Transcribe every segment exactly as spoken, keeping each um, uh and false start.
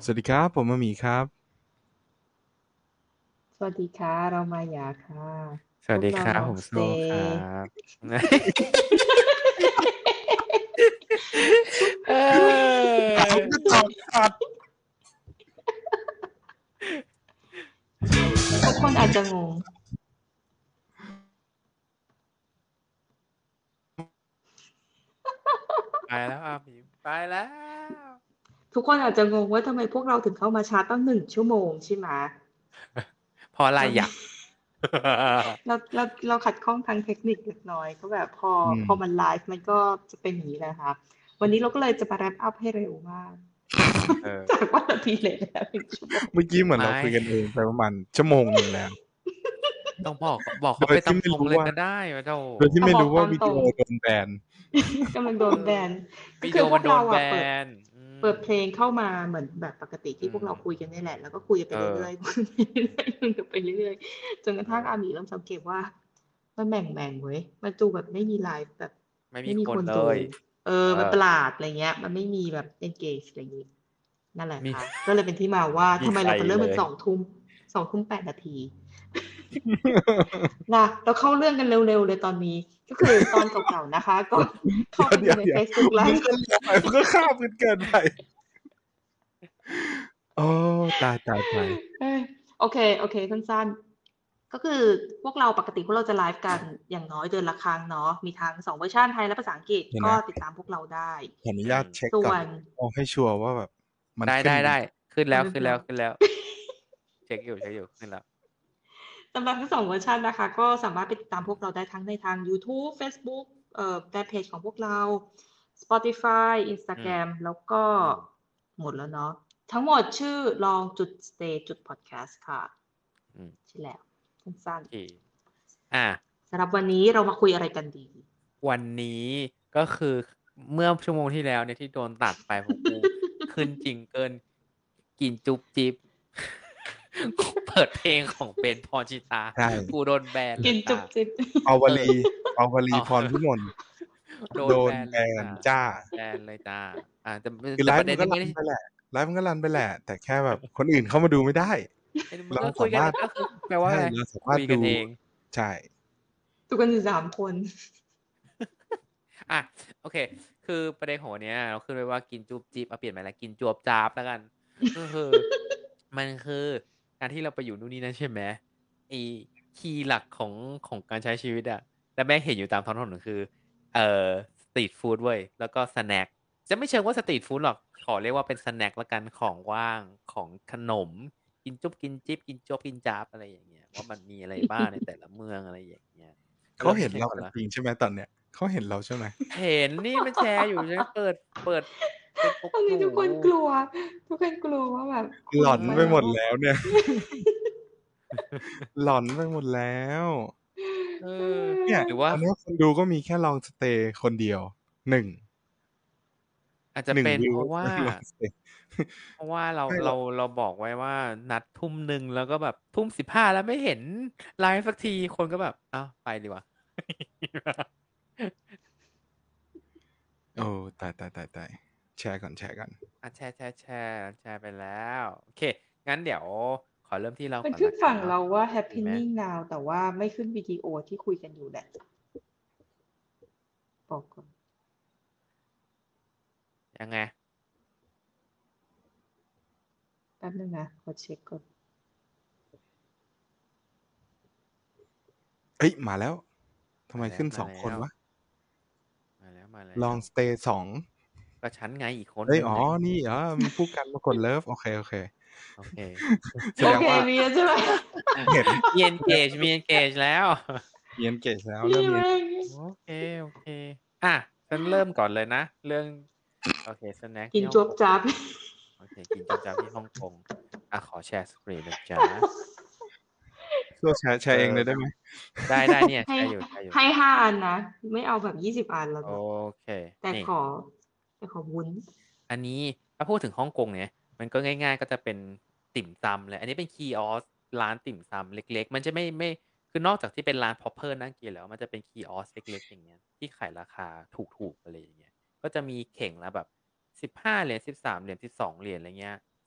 สวัสดีครับผมมาหมีครับสวัสดีค่ะเรามายาค่ะสวัสดีพวกเราลองสครับผมโเตซ่ครัย์บ เเขาออก็ตอบสัตว์ทุกคนอาจจะงงไปแล้วอาหมีไปแล้วทุกคนอาจจะงงว่าทำไมพวกเราถึงเข้ามาชาร์จตั้งหนึ่งชั่วโมงใช่ไหมเพราะอะไรเราอ่ะเราเราเราขัดข้องทางเทคนิคเล็กน้อยก็แบบพออืมพอมันไลฟ์มันก็จะเป็นอย่างนี้แหละค่ะวันนี้เราก็เลยจะมาแรปอัพให้เร็วมากเออจากว่านาทีเลทแล้วหนึ่งชั่วโมงเมื่อกี้เหมือนไม่เราคุยกันเองไปประมาณชั่วโมงหนึ่งแล้วต้องบอกบอกโดเขาไปตายที่ไม่มตรงเลยรู้ว่าก็ได้วะโธ่โดยที่เอาบอกไม่รู้ว่าตามตรงวิดีโอโดนแบนกำลังโดเอนแบอนก็วิคือพวกดีโอมันโดนแบเราอ่ะเปิดนอืเปิมดเพลงเข้ามาเหมือนแบบปกติอืที่พวกมเราคุยกันนี่แหละแล้วก็คุยกันไปเออเรื่อยๆคุยไปเรื่อยๆคุยกันไปเรื่อยๆจนกระเอทั่งอาอหมีเริ่มสังเกตว่ามันแหม่งแหม่งเว้ยมันดูแบบไม่มีไลฟ์แบบไม่มีไม่มีคนดูคนเลยเอเออมันอประหลาดอะไรเงี้ยมันไม่มีแบบ engage อะไรอย่างงี้นั่นแหละมีค่ะก็เลยเป็นที่มาว่ามีทำไมใครเราจะเริ่มเป็นเลยสองทุ่มสองทุ่มแปดนาที นะเราเข้าเรื่องกันเร็วๆเลยตอนนี้ก็คือตอนเก่าๆนะคะก็เข้าไปเดี๋ยวดูในเดี๋ยว Facebook มึง Live ก็เร็วไปมึงก็ข้ามกันเกินไปโอ้ตายตายตายเอ้ยโอเคโอเคสั้นๆก็คือพวกเราปกติพวกเราจะไลฟ์กันอย่างน้อยเดือนละครั้งเนาะมีทั้งสองเวอร์ชันไทยและภาษาอังกฤษก็เดี๋ยวนะติดตามพวกเราได้ขออนุอืมญาตเช็คก่อนส่วนเอาให้ชัวร์ว่าแบบมันได้ขึ้นได้ได้ขึ้นแล้วขึ้นเอาเรียบร้อยแล้วขึ้นแล้วเช็คอยู่เช็คอยู่ขึ้นแล้วสำหรับทั้งสองเวอร์ชันนะคะก็สามารถไปติดตามพวกเราได้ทั้งในทาง YouTube Facebook เอ่อแฟนเพจของพวกเรา Spotify อืม Instagram แล้วก็อืมหมดแล้วเนาะทั้งหมดชื่อลองจุด stay จุด podcast ค่ะอืมใช่แล้วสั้นโอเคอ่ะๆสำหรับวันนี้เรามาคุยอะไรกันดีวันนี้ก็คือเมื่อชั่วโมงที่แล้วเนี่ยที่โดนตัดไปเพราะกูขึ้นจิงเกิลกินจุ๊บจิ๊บกูเปิดเพลงของเบนพรชิตาใช่กูโดนแบนเลกินยจ้าจุบจิบปาวเออลีปาวลีอ๋อพรพิมลโดโดนแบนแบนเลยจ้านจ้าแบนเลยจ้าอ่าแต่คือแต่ประไลฟ์มันก็เด็นยังไม่ได้รันไปแหละไลฟ์มันก็รันไปแหละแต่แค่แบบคนอื่นเข้ามาดูไม่ได้ไอ้มันเราก็คุยกันสามารถก็คือแปลว่าใช่อะไรเราสามาคุรถดูยกันเองใช่ทุกคนอยู่สามคนอ่ะโอเคคือประเด็นของวันเนี้ยเราขึ้นไว้ว่ากินจุ๊บจิ๊บเอาเปลี่ยนใหม่แล้วกินจวบจ๊าบแล้วกันก็คือมันคือการที่เราไปอยู่นู่นนี่นั่นใช่ไหมไอ้คีย์หลักของของการใช้ชีวิตอะและแม่งเห็นอยู่ตามท้องถนนคือเอ่อสตรีทฟู้ดเว้ยแล้วก็สแน็คจะไม่เชิงว่าสตรีทฟู้ดหรอกขอเรียกว่าเป็นสแน็คละกันของว่างของขนมกินจุ๊บกินจิ๊บกินโจ๊บกินจ๊าบอะไรอย่างเงี้ยว่ามันมีอะไรบ้างในแต่ละเมืองอะไรอย่างเงี้ยเขาเริ่มเห็นเราที่ใครก่อนละกันจริงใช่ไหมตอนเนี้ยเขาเห็นเราใช่ไหมเห็นนี่มันแชร์อยู่ฉันเปิดเปิดเป็นปกหนูตอนนี้ทุกคนกลัวทุกคนกลัวว่าแบบคหลนอนไปหมดมาแล้วแล้วเนี่ยหลอนไปหมดแล้วเออเนี่ยหรือว่าตอนนี้คนดูก็มีแค่ลองสเตย์คนเดียวหนึ่งอาจจะหนึ่งเป็นวิวเพราะว่าลองสเตย์เพราะว่าเราเราไม่หรอกเราบอกไว้ว่านัดทุ่มหนึ่งแล้วก็แบบทุ่มสิบห้าแล้วไม่เห็นไลฟ์สักทีคนก็แบบอ้าวไปดีกว่าโอ้ตายตายตายตายแชร์ก่อนแชร์ก่อนอ่ะแชร์แชร์แชร์แชร์ไปแล้วโอเคงั้นเดี๋ยวขอเริ่มที่เรามันก่อนขึ้นฝั่งละกันเนาะเราว่าดีไหม happening now แต่ว่าไม่ขึ้นวิดีโอที่คุยกันอยู่แหละบอกก่อนยังไงแป๊บนึงนะขอเช็คก่อนเอ้ยมาแล้วทำไมมาแล้วขึ้นสมาแล้วองคนวะมาแล้วมาลแล้วองสเตย์สองก็ฉันไงอีกคนเอ้ยอ๋อนึงไงนี่อ๋อมีผู้กันมากดเลิฟโอเคโอเคโอเคแสโอเคดงว่ามีแล้วใช่ไหมเห็นมี engage มี engage แล้วมี engage แล้วพี่เริ่มมีแม่งโอเคโอเคอ่ะฉันเริ่มก่อนเลยนะเรื่องโอเคสแน็คกินที่ฮ่องกงจวบจับโอเคกินจำจำที่ฮ่องกงอ่ะขอแชร์สกรีนนะจ๊ะช่วยแชร์แชเอร์เองเลยได้อไหมได้ได้เนี่ยให้แชร์อยู่แชร์อยู่ให้ห้าอันนะไม่เอาแบบยี่สิบอันแล้วโอนะเคแต่นี่ขอแต่ขอวุ้นอันนี้ถ้าพูดถึงฮ่องกงเนี่ยมันก็ง่ายๆก็จะเป็นติ่มซำเลยอันนี้เป็นคีออสร้านติ่มซำเล็กๆมันจะไม่ไม่คือนอกจากที่เป็นร้าน proper น่ากินแล้วมันจะเป็นคีออสเล็กๆอย่างเงี้ยที่ขายราคาถูกๆอะไรอย่างเงี้ย ก็จะมีเข่งละแบบสิบห้าเหรียญสิบสามเหรียญสิบสองเหรียญอะไรเงี้ย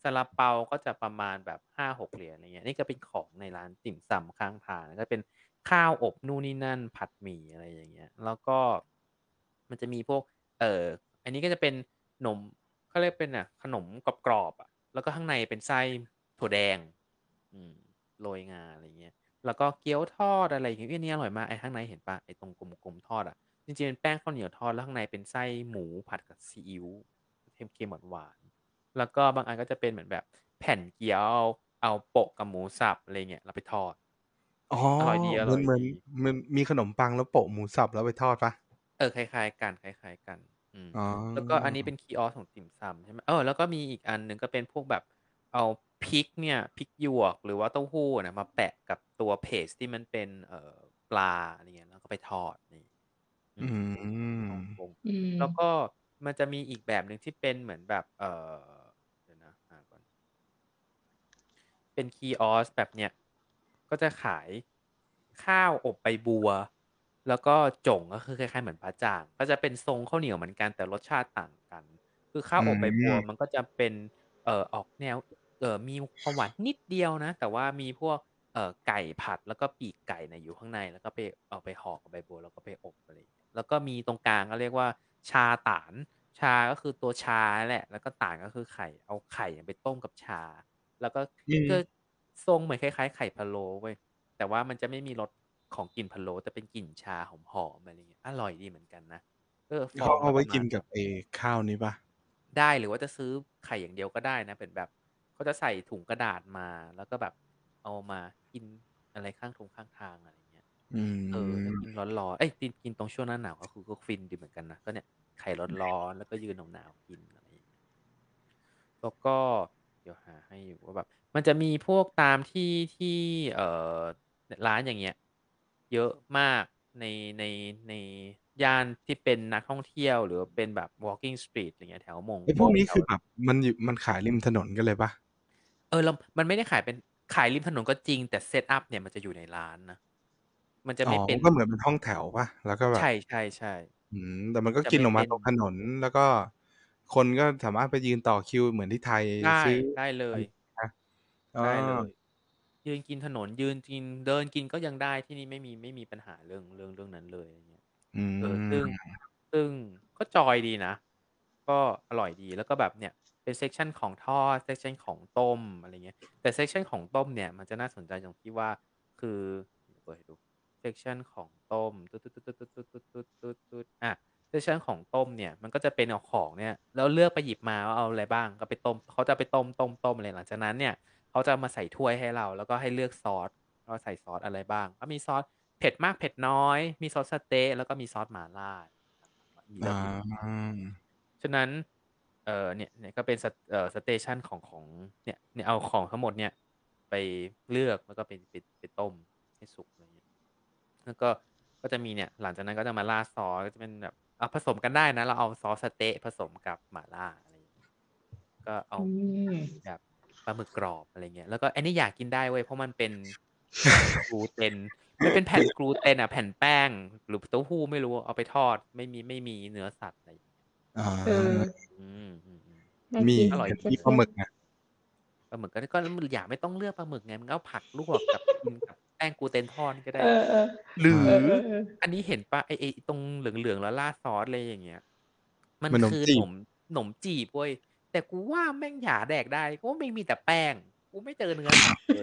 ซาลาเปาก็จะประมาณแบบ ห้าหก เหรียญ อะไรเงี้ย นี่ก็เป็นของในร้านติ่มซำข้างทาง ก็เป็นข้าวอบนู่นนี่นั่น ผัดหมี่ อะไรอย่างเงี้ย แล้วก็ มันจะมีพวก เอ่อ อันนี้ก็จะเป็นหนม เขาเรียกเป็นน่ะขนมกรอบ ๆ อะ แล้วก็ข้างในเป็นไส้ถั่วแดง อืม โรยงา อะไรเงี้ย แล้วก็เกี๊ยวทอด อะไรอย่างงี้ อุ๊ย อันนี้อร่อยมาก ไอ้ข้างในเห็นเปล่า ไอ้ตรงกลม ๆ ทอดอะ จริง ๆ เป็นแป้งข้าวเหนียวทอด แล้วข้างในเป็นไส้หมูผัดกับซีอิ๊ว เค็ม ๆ หวาน ๆ แล้วก็บางอันก็จะเป็นเหมือนแบบแผ่นเกี๊ยว เอาโปะกับหมูสับ อะไรเงี้ย แล้วไปทอดอ๋ออร่อยดี อเหมือน เหมือนร่อยดีมันมีขนมปังแล้วโปะหมูสับแล้วไปทอดเปล่า? เออ คล้าย ๆ กัน คล้าย ๆ กัน อืมอ๋อแล้วก็อันนี้เป็นคีออสก์ของติ่มซำ ใช่ไหม เออ แล้วก็มีอีกอันหนึ่งก็เป็นพวกแบบเอาพริกเนี่ย พริกหยวก หรือว่าเต้าหู้น่ะมาแปะกับตัวเพสที่มันเป็น เอ่อ ปลา อะไรเงี้ย แล้วก็ไปทอด นี่ อือืม ฮ่องมกงอืมแล้วก็มันจะมีอีกแบบหนึ่งที่เป็นเหมือนแบบ เอ่อ เดี๋ยวนะ หาก่อน เป็นคีออสก์แบบเนี้ย ก็จะขายข้าวอบใบบัว แล้วก็จ่ง ก็คือคล้าย ๆ เหมือนบ๊ะจ่าง ก็จะเป็นทรงข้าวเหนียวเหมือนกัน แต่รสชาติต่างกัน คือข้าอวอบใบบัวืมมันก็จะเป็น เอ่อ ออกแนว เอ่อ มีความหวานนิดเดียวนะ แต่ว่ามีพวก เอ่อ ไก่ผัด แล้วก็ปีกไก่น่ะอยู่ข้างใน แล้วก็ไป เอาไปห่อกับใบบัว แล้วก็ไปอบ อะไรอย่างเงี้ย แล้วก็มีตรงกลางก็เรียกว่าชาตั๋น ชาก็คือตัวชานั่นแหละ แล้วก็ตั๋นก็คือไข่ เอาไข่ไปต้มกับชา แล้วก็อืก็มทรงเหมือนคล้าย ๆ ไข่พะโล้เว้ย แต่ว่ามันจะไม่มีรสของกลิ่นพะโล้ แต่เป็นกลิ่นชาหอม ๆ อะไรเงี้ย อร่อยดีเหมือนกันนะ เออ ฟเขอางเอลาะไวป้ระมกิาณแบบนกับไอ้ข้าวนี้เปล่า? ได้ หรือว่าจะซื้อไข่อย่างเดียวก็ได้นะ เป็นแบบเขาจะใส่ถุงกระดาษมา แล้วก็แบบเอามากินอะไรข้างทงข้างทาง อะไรอย่างเงี้ยอืเออ แล้วกิมนร้อน ๆ เอ๊ย กิน กินตรงช่วงหน้าหนาว ก็คือก็ฟินดีเหมือนกันนะ ก็เนี่ยไข่ร้อน ๆ แล้วก็ยืนหนาว ๆ กิน อะไรอย่างเงี้ย แล้วก็เดี๋ยวหาให้อยู่ว่าแบบ มันจะมีพวกตามที่ ที่ เอ่อ ร ร้านอย่างเงี้ย เยอะมากใน ใน ในย่านที่เป็นนักท่องเที่ยว หรือว่าเป็นแบบ walking street อะไรเงี้ย แถวหม่งไอ้พวกนี้แถวคือแบบมันอยู่ มันขายริมถนนกันเลยเปล่า? เออ แล้ว มันไม่ได้ขายเป็น ขายริมถนนก็จริง แต่ set up เนี่ยมันจะอยู่ในร้านนะ มันจะอ๋ไอม่เป็มันนก็เหมือนเป็นห้องแถวเปล่า? แล้วก็แบใชบ่ ๆ ๆอืม แต่มันก็จะไมกิน่ออกเมปา็นตรงถนน แล้วก็คนก็สามารถไปยืนต่อคิวเหมือนที่ไทยได้ซื้อได้เลอะไรยนะ อ๋อได้เลย ยืนกินถนน ยืนกิน เดินกินก็ยังได้ ที่นี่ไม่มี ไม่มีปัญหาเรื่อง เรื่อง เรื่องนั้นเลย อะไรเงี้ยอืเออ ซึ่งมซึ่งก็จอยดีนะ ก็อร่อยดี แล้วก็แบบเนี่ยเป็น เซกชัน ของทอด เซกชัน ของต้ม อะไรเงี้ย แต่ เซกชัน ของต้มเนี่ยมันจะน่าสนใจตรงที่ว่า คือ เดี๋ยวเปิดให้ดู เซกชัน ของต้ม ตึ๊ด ๆ ๆ ๆ ๆ ๆ ๆ อา เซกชัน ของต้มเนี่ย มันก็จะเป็นเอาของเนี่ย แล้วเลือกไปหยิบมาว่าเอาอะไรบ้าง ก็ไปต้ม เขาจะไปต้ม ๆ ๆ เลย หลังจากนั้นเนี่ยเขาจะมาใส่ถ้วยให้เรา แล้วก็ให้เลือกซอสว่าใส่ซอสอะไรบ้าง ก็มีซอสเผ็ดมาก เผ็ดน้อย มีซอสสะเต๊ะ แล้วก็มีซอสหม่าล่า มีอเลือกหยิบาฉะนั้น เอ่อ เนี่ย เนี่ยก็เป็นส เอ่อ สเตชัน ของ ของ เนี่ย เนี่ยเอาของทั้งหมดเนี่ยไปเลือก แล้วก็ไป ไป ไปต้มให้สุก อะไรงี้ แล้วก็ ก็จะมีเนี่ย หลังจากนั้นก็จะมาราดซอส ก็จะเป็นแบบ อะ ผสมกันได้นะ เราเอาซอสสะเต๊ะผสมกับหม่าล่า อะไรอย่างงี้ ก็เอาอืมแบบปลาหมึกกรอบ อะไรเงี้ย แล้วก็อันนี้อยากกินได้เว้ย เพราะมันเป็น แผ่นกลูเตน มันเป็นแผ่นกลูเตนอะ แผ่นแป้ง หรือเต้าหู้ไม่รู้ เอาไปทอด ไม่มี ไม่มีเนื้อสัตว์ อะไรอย่างเงี้ยอ๋อเอออืม อืมน่ามีกินๆ อร่อยเห็นดีมีปลาหมึกไงปลาหมึกก็ ก็มึ อยากไม่ต้องเลือกปลาหมึกไง มึงก็เอาผักลวกกับ กินกับแป้งกลูเตนทอดก็ไเดอ้อหรืๆ เอออ ๆ ๆอันนี้เห็นเปล่า ไอ้ ไอ้ตรงเหลือง ๆ แล้วราดซอส อะไรอย่างเงี้ย มันคเหมือนขนมือจีบหนม หนมจีบเว้ย แต่กูว่าแม่งหาแดกได้ เพราะว่ามันมีแต่แป้ง กูไม่เจอเนื้อสัตว์เลย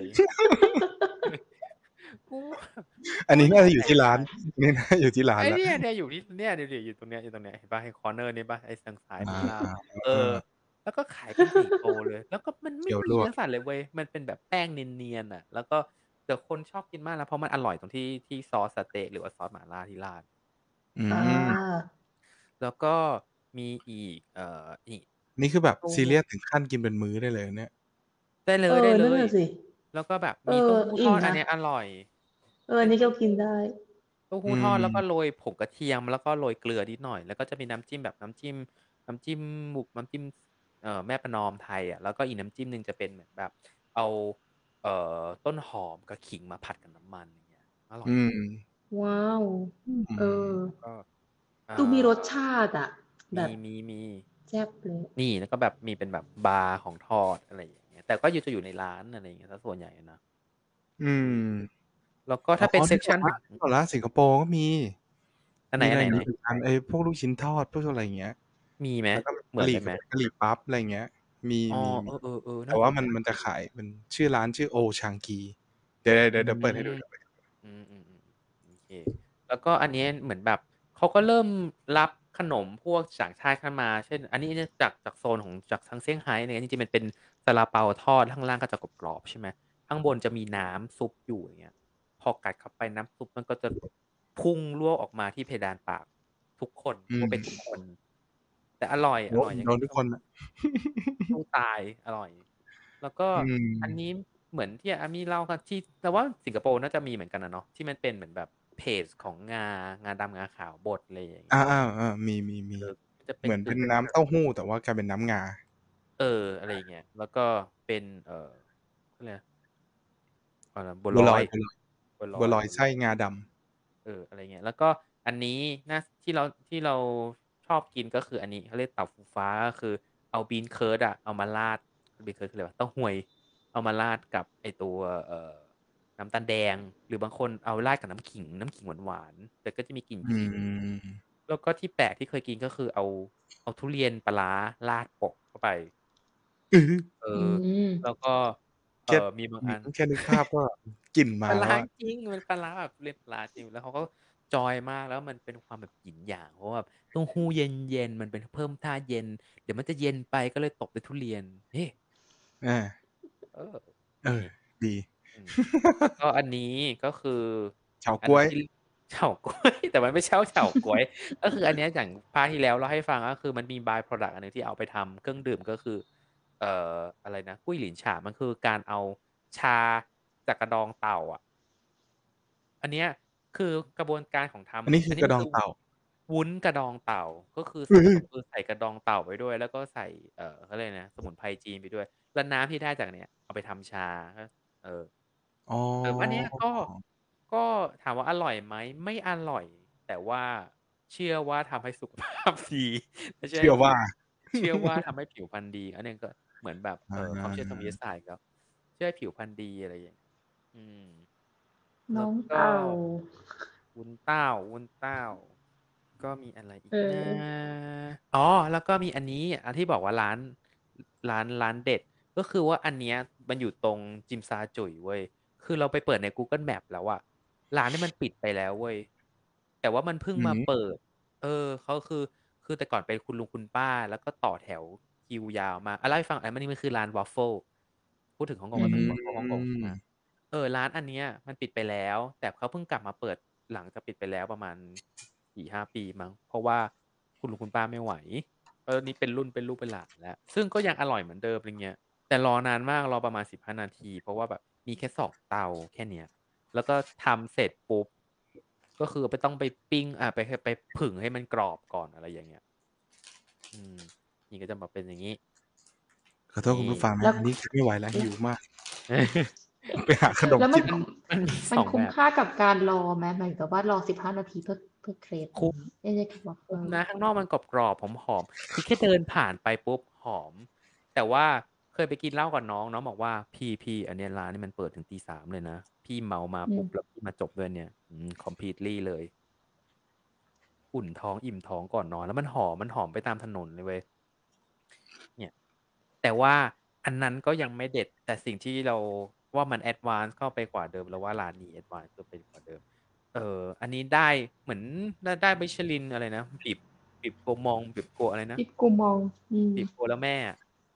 กูว่าอันนี้กูว่าหน่าาจะอยูแ่ที่ร้ดกไดา้น อันนี้น่าอยู่ที่ร้าไอน้แล้วเนี่ย เนี่ยอยู่ที่ เนี่ย ดูดิ อยู่ตรงเนี้ย อยู่ตรงเนี้ย เห็นเปล่า เห็นคอร์เนอร์นี้เปล่า ไอ้ทางซ้ายอมือล่าง เออาแล้วก็ขายเป็นใหญ่โตเลย แล้วก็มันเไกม่ี๋ยวมีลวกเนื้อสัตว์เลยเว้ย มันเป็นแบบแป้งเนียน ๆ น่ะ แล้วก็ แต่คนชอบกินมากนะ เพราะมันอร่อยตรงที่ ที่ซอสสะเต๊ะ หรือว่าซอสหม่าล่าที่ราดอือามแล้วก็มีอีก เอ่อ อีกนี่คือแบบเต้าหซีเรีู้ยสถึงขั้นกินเป็นมื้อได้เลยนะเนี่ยได้เลเออ นั่นน่ยะสิๆ แล้วก็แบบเออมีเต้าหู้อิท่อดมนอันะเนี้ยอร่อยเออเปอั็นนี้นเกต้็าหกิู้นได้เต้าหอืู้ทอด แล้วก็มโรยผงกระเทียม แล้วก็โรยเกลือนิดหน่อย แล้วก็จะมีน้ำจิ้มแบบน้ำจิ้ม น้ำจิ้มบุก น้ำจิ้ม เอ่อ แม่ประนอมไทยอะ แล้วก็อีกน้ำจิ้มหนึ่งจะเป็นเหมือนแบบเอา เอ่อ ต้นหอมกับขิงมาผัดกับน้ำมัน อย่างเงี้ย อร่ออืยดีมว้าวอืเออมแล้วก็ อ่ดูมีรสาชาติอะมแบีบมี มีแซ่บเลยนี่แล้วก็แบบมีเป็นแบบบาร์ของทอดอะไรอย่างเงี้ย แต่ก็อยู่จะอยู่ในร้านอะไรอย่างเงี้ยซะส่วนใหญ่นะอือืมมแล้วก็อ๋ถ้าเป็นอเซนึกกอชัอกนแล้ว นึกออกแล้ว สิงคโปร์ก็มีอันไหนมีอัอะนไหนอย่างไหน? งี้ เหมือนกัน ไอ้พวกลูกชิ้นทอด พวกอะไรอย่างเงี้ยมีไหม? แล้วก็เหมกืะหรอนกี่ันไหม? กะหรี่ปั๊บ อะไรอย่างเงี้ย มีอ๋อมีเอมีๆ ๆแตน่าว่สานมันใจมันจะขายเป็น ชื่อร้านชื่อ Old Chang Kee เดี๋ยวอืเดี๋ยว เดี๋ยวเปิดให้ดูมเดี๋ยวเปิดให้ดูอืม ๆ ๆ โอเค แล้วก็อันนี้เหมือนแบบเขาก็เริ่มรับขนมพวกต่างชาติเข้ามา เช่น อันนี้เนี่ยจาก จากโซนของ จากทางเซี่ยงไฮ้เนี่ย จริง ๆ มันเป็นซาลาเปาทอด ข้างล่างก็จะกรอบ ๆ ใช่ไหม ข้างบนจะมีน้ำซุปอยู่ อย่างเงี้ย พอกัดเข้าไปน้ำซุปมันก็จะพุ่งรั่วออกมาที่เพดานปากทุกคนอืมพูดเป็นทุกคน แต่อร่อยโดอร่อยนยังโดนทุกคนน่ะสู้ตาย อร่อย แล้วก็อือันมนี้เหมือนที่อามี่เล่าครับ ที่ แต่ว่าสิงคโปร์น่าจะมีเหมือนกันอะเนาะ ที่มันเป็นเหมือนแบบเพจของงา งาดำงาขาวบด อะไรอย่างเงอี้ยา ๆ ๆ มีเออๆจะเๆป็เหมือนนกเึป่็นงน้ำเต้าหู้ แต่ว่ากลายเป็นน้ำงาเออ อะไรอย่างเงี้ย แล้วก็เป็น เอ่อ เขาเรียกอะไรนะ อะไร บัวบัวลอลอยย บัวลอยบัวลบัวลอย ไส้อยงาดำเออ อะไรเงี้ย แล้วก็อันนี้น่า ที่เรา ที่เราชอบกิน ก็คืออันนี้ เขาเรียกเต่าฟูฟ้า ก็คือเอา bean curd อะ เอามาราด bean curd คืออะไรวะ เต้าฮวย เอามาราดกับไอ้ตัว เอ่อ น้ำตาลแดง หรือบางคนเอาราดกับน้ำขิง น้ำขิงหวาน ๆ แต่ก็จะมีกลิ่นอืขิงมแล้วก็ที่แปลกที่เคยกิน ก็คือเอา เอาทุเรียนปลาร้าราดโปะเข้าไปอือฮึเออือมแล้วก็แเคอ่่อ มีบางอือันม แค่นึกภาพก็ กลิ่นมปาลาแลร้้วาอะจริง มันปลาร้าแบบทุเรียนปลาร้าจริง แล้วเขาก็จอยมาก แล้วมันเป็นความแบบหยินหยาง เพราะว่าแบบเต้าหู้เย็น ๆ มันเป็นเพิ่มท่าเย็น เดี๋ยวมันจะเย็นไป ก็เลยตบด้วยทุเรียน เฮ้อาเออเออนี่ดีอืม แล้วก็อันนี้ ก็คือเฉาอันนก๊วั้๊นยที่ เฉาก๊วย แต่มันไม่ใช่เฉาก๊วย ก็คืออันเนี้ยอย่างภาคที่แล้วเล่าให้ฟัง ก็คือมันมี by-product อันหนึ่งที่เอาไปทำเครื่องดื่ม ก็คือ เอ่อ อะไรนะ กุ้ยหลินฉาง มันคือการเอาชาจากกระดองเต่าอะ อันเนี้ยคือกระบวนการของทอันนี้ำคอืันนี้มอกระัดนคือองเต่าวุ้นกระดองเต่า ก็คืออส่ืวนผสอมคือใส่กระดองเต่าไปด้วย แล้วก็ใส่ เอ่อ เขาเรียกอะไรนะ สมุนไพรจีนไปด้วย แล้วน้ำที่ได้จากเนี้ยเอาไปทำชา ก็ เอออ๋อเออ อันเนี้ยก็ ก็ถามว่าอร่อยไหม ไม่อร่อย แต่ว่าเชื่อว่าทำให้สุข ภาพ ดี ไม่ใชเ่ชืใ่ห้ผอวิ่วาเชื่อว่าทำให้ผิวพรรณดี อันเนี้ยก็เหมือนแบบอเอ่อ ความเชื่อทางวิทยาาศาสตร์อีกแล้ว เชื่อให้ผิวพรรณดี อะไรอย่าง อืม แนล้้วกองเต็่าวุ้นเต้า วุ้นเต้า ก็มีอะไรอีเกนะอออ๋อ แล้วก็มีอันนี้ อันที่บอกว่าร้าน ร้าน ร้านเด็ด ก็คือว่าอันเนี้ยมันอยู่ตรงจิมซาจุ๋ยเว้ย คือเราไปเปิดใน Google Maps แล้วอะ ร้านเนี้ยมันปิดไปแล้วเว้ย แต่ว่ามันเพิ่งอือฮึมาเปิด เออ เขาคือ คือแต่ก่อนเป็นคุณลุงคุณป้า แล้วก็ต่อแถวคิวยาวมาก อา เล่าให้ฟัง อันนี้มันคือร้านวอฟเฟิล พูดถึงฮ่องกอืง ก็อฮต้องึวอฟเฟิลฮ่องกง ใช่ไหม เออ ร้านอันเนี้ยมันปิดไปแล้ว แต่เขาเพิ่งกลับมาเปิดหลังจากปิดไปแล้วประมาณ สี่ห้า ปีมั้ง เพราะว่าคุณลุงคุณป้าไม่ไหว เออ นี่เป็นรุ่น เป็นลูกเป็นหลานแล้ว ซึ่งก็ยังอร่อยเหมือนเดิม อะไรเงี้ย แต่รอนานมาก รอประมาณ สิบห้า นาที เพราะว่าแบบมีแค่ สอง เตาแค่เนี้ย แล้วก็ทำเสร็จปุ๊บ ก็คือไป ต้องไปปิ้ง อ่า ไป ไปผึ่งให้มันกรอบก่อน อะไรอย่างเงี้ย อืม นี่ก็จะมาเป็นอย่างงี้ นขอโทษีคุณผู้่ฟังนและ้วอันนี้คือไม่ไหวแล้วแลห้ิววมาก ไปหาขนมกแล้วมัินนมัน มันมีมัสองนคุแ้บมบค่ากับการรอไหม? หมายถึงว่า รอ สิบห้า นาทีเพื่อ เพื่อเครปคอัุน้มนี้ เอ๊ย กับวอฟเฟคุ้ิลมนะ ข้างนอกมันกรอบ ๆ หอม ๆ คือแค่เดินผ่านไปปุ๊บหอม แต่ว่าเคยไปกินเหล้ากับน้อง น้องบอกว่า "พี่ ๆ อันเนี้ยร้านนี้มันเปิดถึงตี สาม เลยนะ พี่เมามาอืมปุ๊บ แล้วพี่มาจบด้วยอันเนี้ย อืม completely เลย" อุ่นท้อง อิ่มท้องก่อนนอน แล้วมันหอม มันหอมไปตามถนนเลยเว้ย เนี่ย แต่ว่าอันนั้นก็ยังไม่เด็ด แต่สิ่งที่เราว่ามัน แอดวานซ์ เข้าไปกว่าเดิม เราว่าร้านนี้ แอดวานซ์ ขึ้นไปกว่าเดิม เอ่อ อันนี้ได้เหมือนได้ ได้ Michelin อะไรนะ บีบ บีบโกมอง บีบโกอะไรนะบีบโกมอง อืมบีบโกแล้วแม่อะ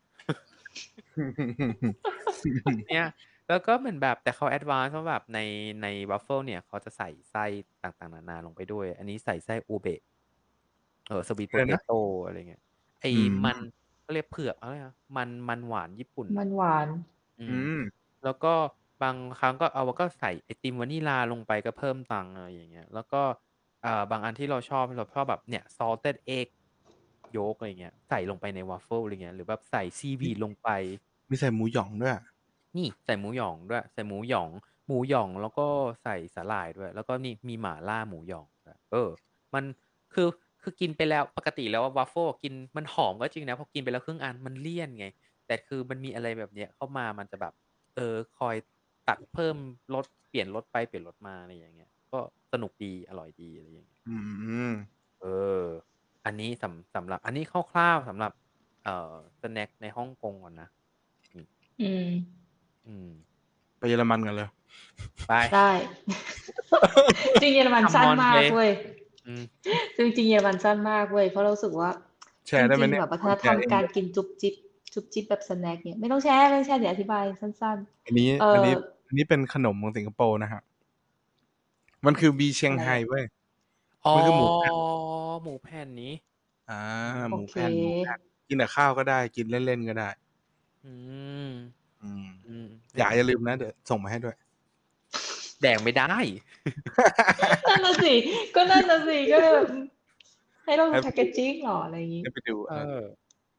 เนี่ย แล้วก็เหมือนแบบ แต่เขา แอดวานซ์ เพราะแบบใน ในวาฟเฟิลเนี่ยเขาจะใส่ไส้ต่าง ๆ นานาลงไปด้วย อันนี้ใส่ไส้อูเบะ เอ่อ sweet อะไรนะ? potato อะไรเงี้ย ไอ้อืมันมเขาเรียกเผือก เขาเรียกอะไรนะ มัน มันหวานญี่ปุ่นมนั่ะนหวานอือืมมแล้วก็บางครั้งก็เอา ก็ใส่ไอติมวานิลลาลงไปก็เพิ่มตังค์ อะไรอย่างเงี้ย แล้วก็ อ่า บางอันที่เราชอบ เราชอบแบบเนี่ย salted egg yolk อะไรอย่างเงี้ย ใส่ลงไปในวาฟเฟิล อะไรเงี้ย หรือแบบใส่ซีวมีีดลงไปมีใส่หมูหยองด้วยอะนี่ใส่หมูหยองด้วย ใส่หมูหยอง หมูหยอง แล้วก็ใส่สาหร่ายด้วย แล้วก็นี่มีหม่าล่าหมูหยองด้วย เออ มัน คือ คคือกินไปแล้วปกติแล้ววาฟเฟิลกินมันหอมก็จริงนะพอกินไปแล้วครึ่งอันมันเลี่ยนไง แต่คือมันมีอะไรแบบเนี้ยเข้ามามันจะแบบ เออ คอยตัดเพิ่มรสเปลี่ยนรสไปเปลี่ยนรสมาอะไรอย่างเงี้ย ก็สนุกดีอร่อยดีอะไรอย่างเงี้ยอืมเออ อันนี้สำสำหรับ อันนี้คร่าวๆสำหรับ เอ่อสแน็คในฮ่องกงก่อนนะอืมอืมอืมไปเยอรมันกันเลยไปได้ จริงเยอรมัน Come สั้น on มาไปกเว้ยอืมจริงๆเยอรมันสั้นมากเว้ยเพราะเรารู้สึกว่าแชจร์ได้ไหมริง ๆเนี่แบยบวัฒคนนแชธรรมร์เองการด้วยกินจุ๊บจิ๊บจุ๊บจิ๊บแบบสแน็คเนี่ยไม่ต้องแชร์ไม่ต้องแชร์เดี๋ยวอธิบายสั้นอันนี้ๆ เอ่อันอนี้ อันนี้เป็นขนมของสิงคโปร์นะครับ มันคือ บี เชียอะงไรไฮอะ? เว้ยอ๋อมันคือหมูแผ่นหมูแผ่นนี้อาโหอมูเคแผ่น หมูแผ่น กินกับข้าวก็ได้ กินเล่น ๆ ก็ได้อืมอืมอืมอย่า อย่าลืมนะ เดี๋ยวส่งมาให้ด้วยแดกไม่ได้นั่นน่ะสิ ก็นั่นน่ะสิ ก็เลยแบบ อืม ให้เราให้แพ็กเกจจิง เหรอ อะไรงี้ให้ไปดูเอเอออ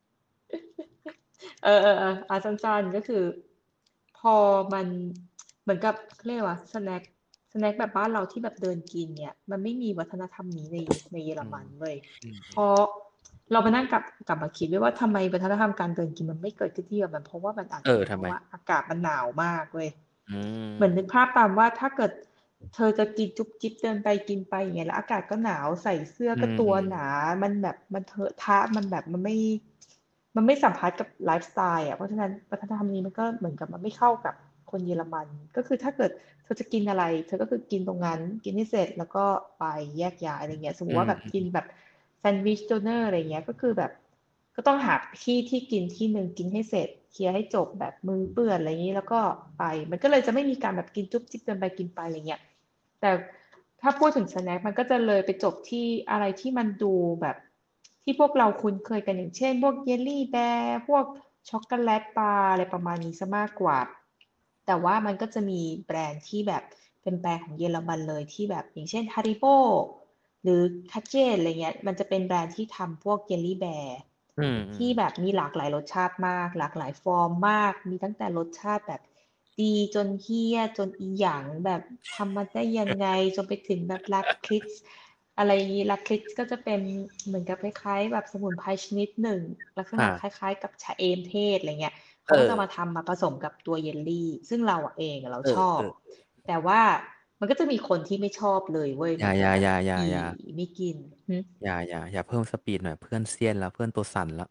เออ ๆ ๆ อา สั้น ๆ ก็คือ พอมัน เหมือนกับ เขาเรียกอะไรวะ สแน็ค สแน็คแบบบ้านเราที่แบบเดินกินเนี่ย มันไม่มีวัฒนธรรมนี้ใน ในเยอรอืมมันเว้ยอืมเพราะเรามานั่งกลับ กลับมาคิดด้วยว่าทำไมวัฒนธรรมการเดินกินมันไม่เกิดขึ้นที่เยอรมัน เพราะว่ามันอาจเออจะเป็นทำเพไม? ราะว่าอากาศมันหนาวมากเว้ยอืเหมือนนึมกภาพตามว่าถ้าเกิดเธอจะกินจุ๊บจิ๊บเดินไปกินไป อย่างเงี้ย แล้วอากาศก็หนาว ใส่เสื้ออืก็ตัวมหนาๆมันแบบ มันเถอะทะ มันแบบ มันไม่ มันไม่สัมพันธ์กับไลฟ์สไตล์อะ เพราะฉะนั้นวัฒนธรรมนี้มันก็เหมือนกับมันไม่เข้ากับคนเยอรมัน ก็คือถ้าเกิดเธอจะกินอะไร เธอก็คือกินตรงนั้น กินให้เสร็จแล้วก็ไปแยกย้าย อะไรเงี้ย สมมุอืติว่าแบบกินม ๆแบบแซนด์วิช โดนัล อะไรเงี้ย ก็คือแบบก็ต้องหาที่ที่กินที่หนึ่ง กินให้เสร็จ เคลียร์ให้จบแบบมือเปื้อน อะไรงี้ แล้วก็ไป มันก็เลยจะไม่มีการแบบกินจุ๊บจิ๊บเดินไปกินไป อะไรเงี้ย แต่ถ้าพูดถึงสแน็คมันก็จะเลยไปจบที่อะไรที่มันดูแบบที่พวกเราคุ้นเคยกัน อย่างเช่น พวกเยลลี่แบร์ พวกช็อกโกแลตบาร์ อะไรประมาณนี้เสียมากกว่า แต่ว่ามันก็จะมีแบรนด์ที่แบบเป็นแบรนด์ของเยอรมันเลยที่แบบอย่างเช่น Haribo หรือ Katjes อะไรเงี้ย มันจะเป็นแบรนด์ที่ทำพวกเยลลี่แบร์อืที่ม ๆแบบมีหลากหลายรสชาติมาก หลากหลายฟอร์มมาก มีตั้งแต่รสชาติแบบดีจนเหี้ย จนอิหยัง แบบทำมาได้ยังไง จนไปถึงแบบ Lakritz อะไรงี้ Lakritz ก็จะเป็นเหมือนกับคล้าย ๆ แบบสมุนไพรชนิดหนึ่ง ลักษอณะาคล้าย ๆ กับชะเอมเทศ อะไรเงี้ย เขเาก็จะมาออทำมาผสมกับตัวเยลลี่ ซึ่งเราอะเองอะเราเอชอบอ ๆแต่ว่ามันก็จะมีคนที่ไม่ชอบเลยเว้ยอเหมือนกับแบบ อีย่า ๆ ๆ ๆไม่กิน หือ? อย่า อย่า อย่าเพิ่มสปีดหน่อย เพื่อนเซียนแล้ว เพื่อนตัวสั่นแล้ว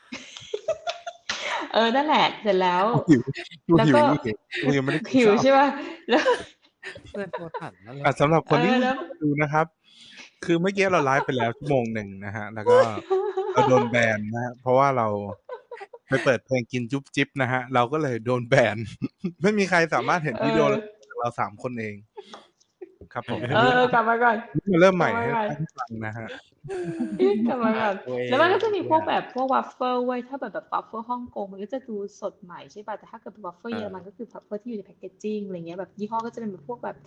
เออ นั่นแหละ เสร็จแล้วกูหิว กูแล้วก็หิวอีก กูยังไม่ได้กินหิวข้าวใช่เปล่า แล้วเพื่อนตัวสั่นแล้วเหรอ่าอ? สำหรับคเอนที่อเพิ่แงล้วเข้ามาดูนะครับ คือเมื่อกี้เราไลฟ์ไปแล้วชั่วโมงหนึ่งนะครับ แล้วก็เราโดนแบนนะครับ เพราะว่าเราไปเปิดเพลงกินจุ๊บจิ๊บนะครับ เราก็เลยโดนแบน ไม่มีใครสามารถเห็นเอวิดีโออเรา สาม คนเอง ครับผมเออ กลับมาก่อนมาเริ่มใกหมลั่บมาให้ก่อนให้ฟังนะครับกลับมาก่อนตัวเอแล้วมันก็งเนีจะมีพ่วกยแบบพวกวาฟเฟิลเว้ย ถ้าแบบ แบบวาฟเฟิลฮ่องกงมันก็จะดูสดใหม่ ใช่เปล่า แต่ถ้าเกิดเป็นวาฟเฟิลเเยอรมันออก็คือวาฟเฟิลที่อยู่ในแพ็กเกจจิง อะไรเงี้ย แบบยี่ห้อก็จะเป็นแบบพวกแบบ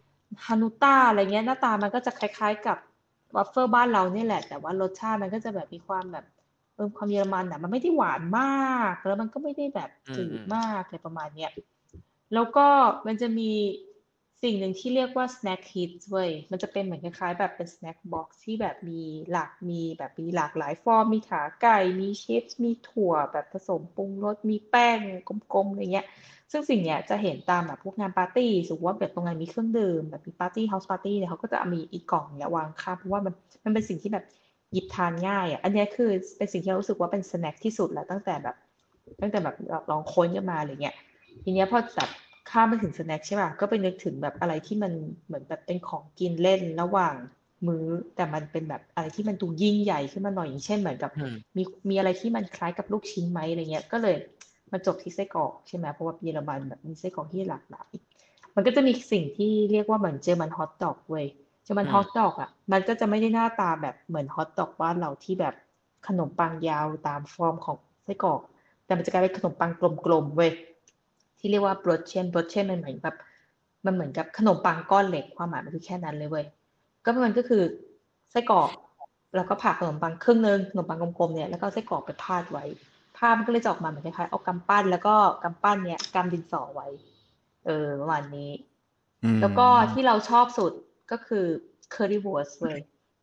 Hanuta อะไรเงี้ย หน้าตามันก็จะคล้าย ๆ กับวาฟเฟิลบ้านเราเนี่ยแหละ แต่ว่ารสชาติมันก็จะแบบมีความแบบ เออ ความเยอรมันน่ะ มันไม่ได้หวานมาก แล้วมันก็ไม่ได้แบบอืจืดมมๆาก อะไรประมาณเนี้ย แล้วก็มันจะมีสิ่งหนึ่งที่เรียกว่า Snack Hits เว้ย มันจะเป็นเหมือนคล้าย ๆ แบบเป็นสแน็กบ็อกซ์ที่แบบมีหลาก มีแบบมีหลากหลายฟอร์ม มีขาไก่ มีชีส มีถั่วแบบผสมปรุงรส มีแป้งกลม ๆ อะไรเงี้ย ซึ่งสิ่งเนี้ยจะเห็นตามแบบพวกงานปาร์ตี สมมุติว่าแบบตรงไหนมีเครื่องดื่ม แบบมีปาร์ตี เฮาส์ปาร์ตีเนี่ย เขาก็จะมีอีกล่องเนี้ยวางข้าง เพราะว่ามัน มันเป็นสิ่งที่แบบหยิบทานง่ายอะ อันเนี้ยคือเป็นสิ่งที่เรารู้สึกว่าเป็นสแน็กที่สุดแล้ว ตั้งแต่แบบ ตั้งแต่แบบเราลองค้นกันมา อะไรเงี้ย ทีเนี้ยพอแบบข้ามไปถึงสแน็ก ใช่เปล่า ก็ไปนึกถึงแบบอะไรที่มันเหมือนแบบเป็นของกินเล่นระหว่างมื้อ แต่มันเป็นแบบอะไรที่มันดูยิ่งใหญ่ขึ้นมาหน่อย อย่างเช่น เหมือนกับอืมมี มีอะไรที่มันคล้ายกับลูกชิ้นไหม อะไรเงี้ย ก็เลยมาจบที่ไส้กรอก ใช่ไหม เพราะว่าเยอรมันแบบมีไส้กรอกที่หลากหลาย มันก็จะมีสิ่งที่เรียกว่าเหมือน German Hot Dog เว้ย German อืม Hot Dog อะ มันก็จะไม่ได้หน้าตาแบบเหมือนฮอตดอกบ้านเราที่แบบขนมปังยาวตามฟอร์มของไส้กรอก แต่มันจะกลายเป็นขนมปังกลม ๆ เว้ย ที่เรียกว่า Brötchen Brötchen มันเหมือนแบบ มันเหมือนกับขนมปังก้อนเล็ก ความหมายมันคือแค่นั้นเลยเว้ย ก็มันก็คือไส้กรอก แล้วก็ผ่าขนมปังครึ่งหนึ่ง ขนมปังกลม ๆ เนี่ย แล้วก็เอาไส้กรอกไปพาดไว้ ภาพมันก็เลยจะออกมาเหมือนคล้าย ๆ เอากำปั้น แล้วก็กำปั้นเนี้ยกำดินสอไว้ เออ ประมาณนี้อืแล้วก็มที่เราชอบสุดก็คือ Currywurst เว้ย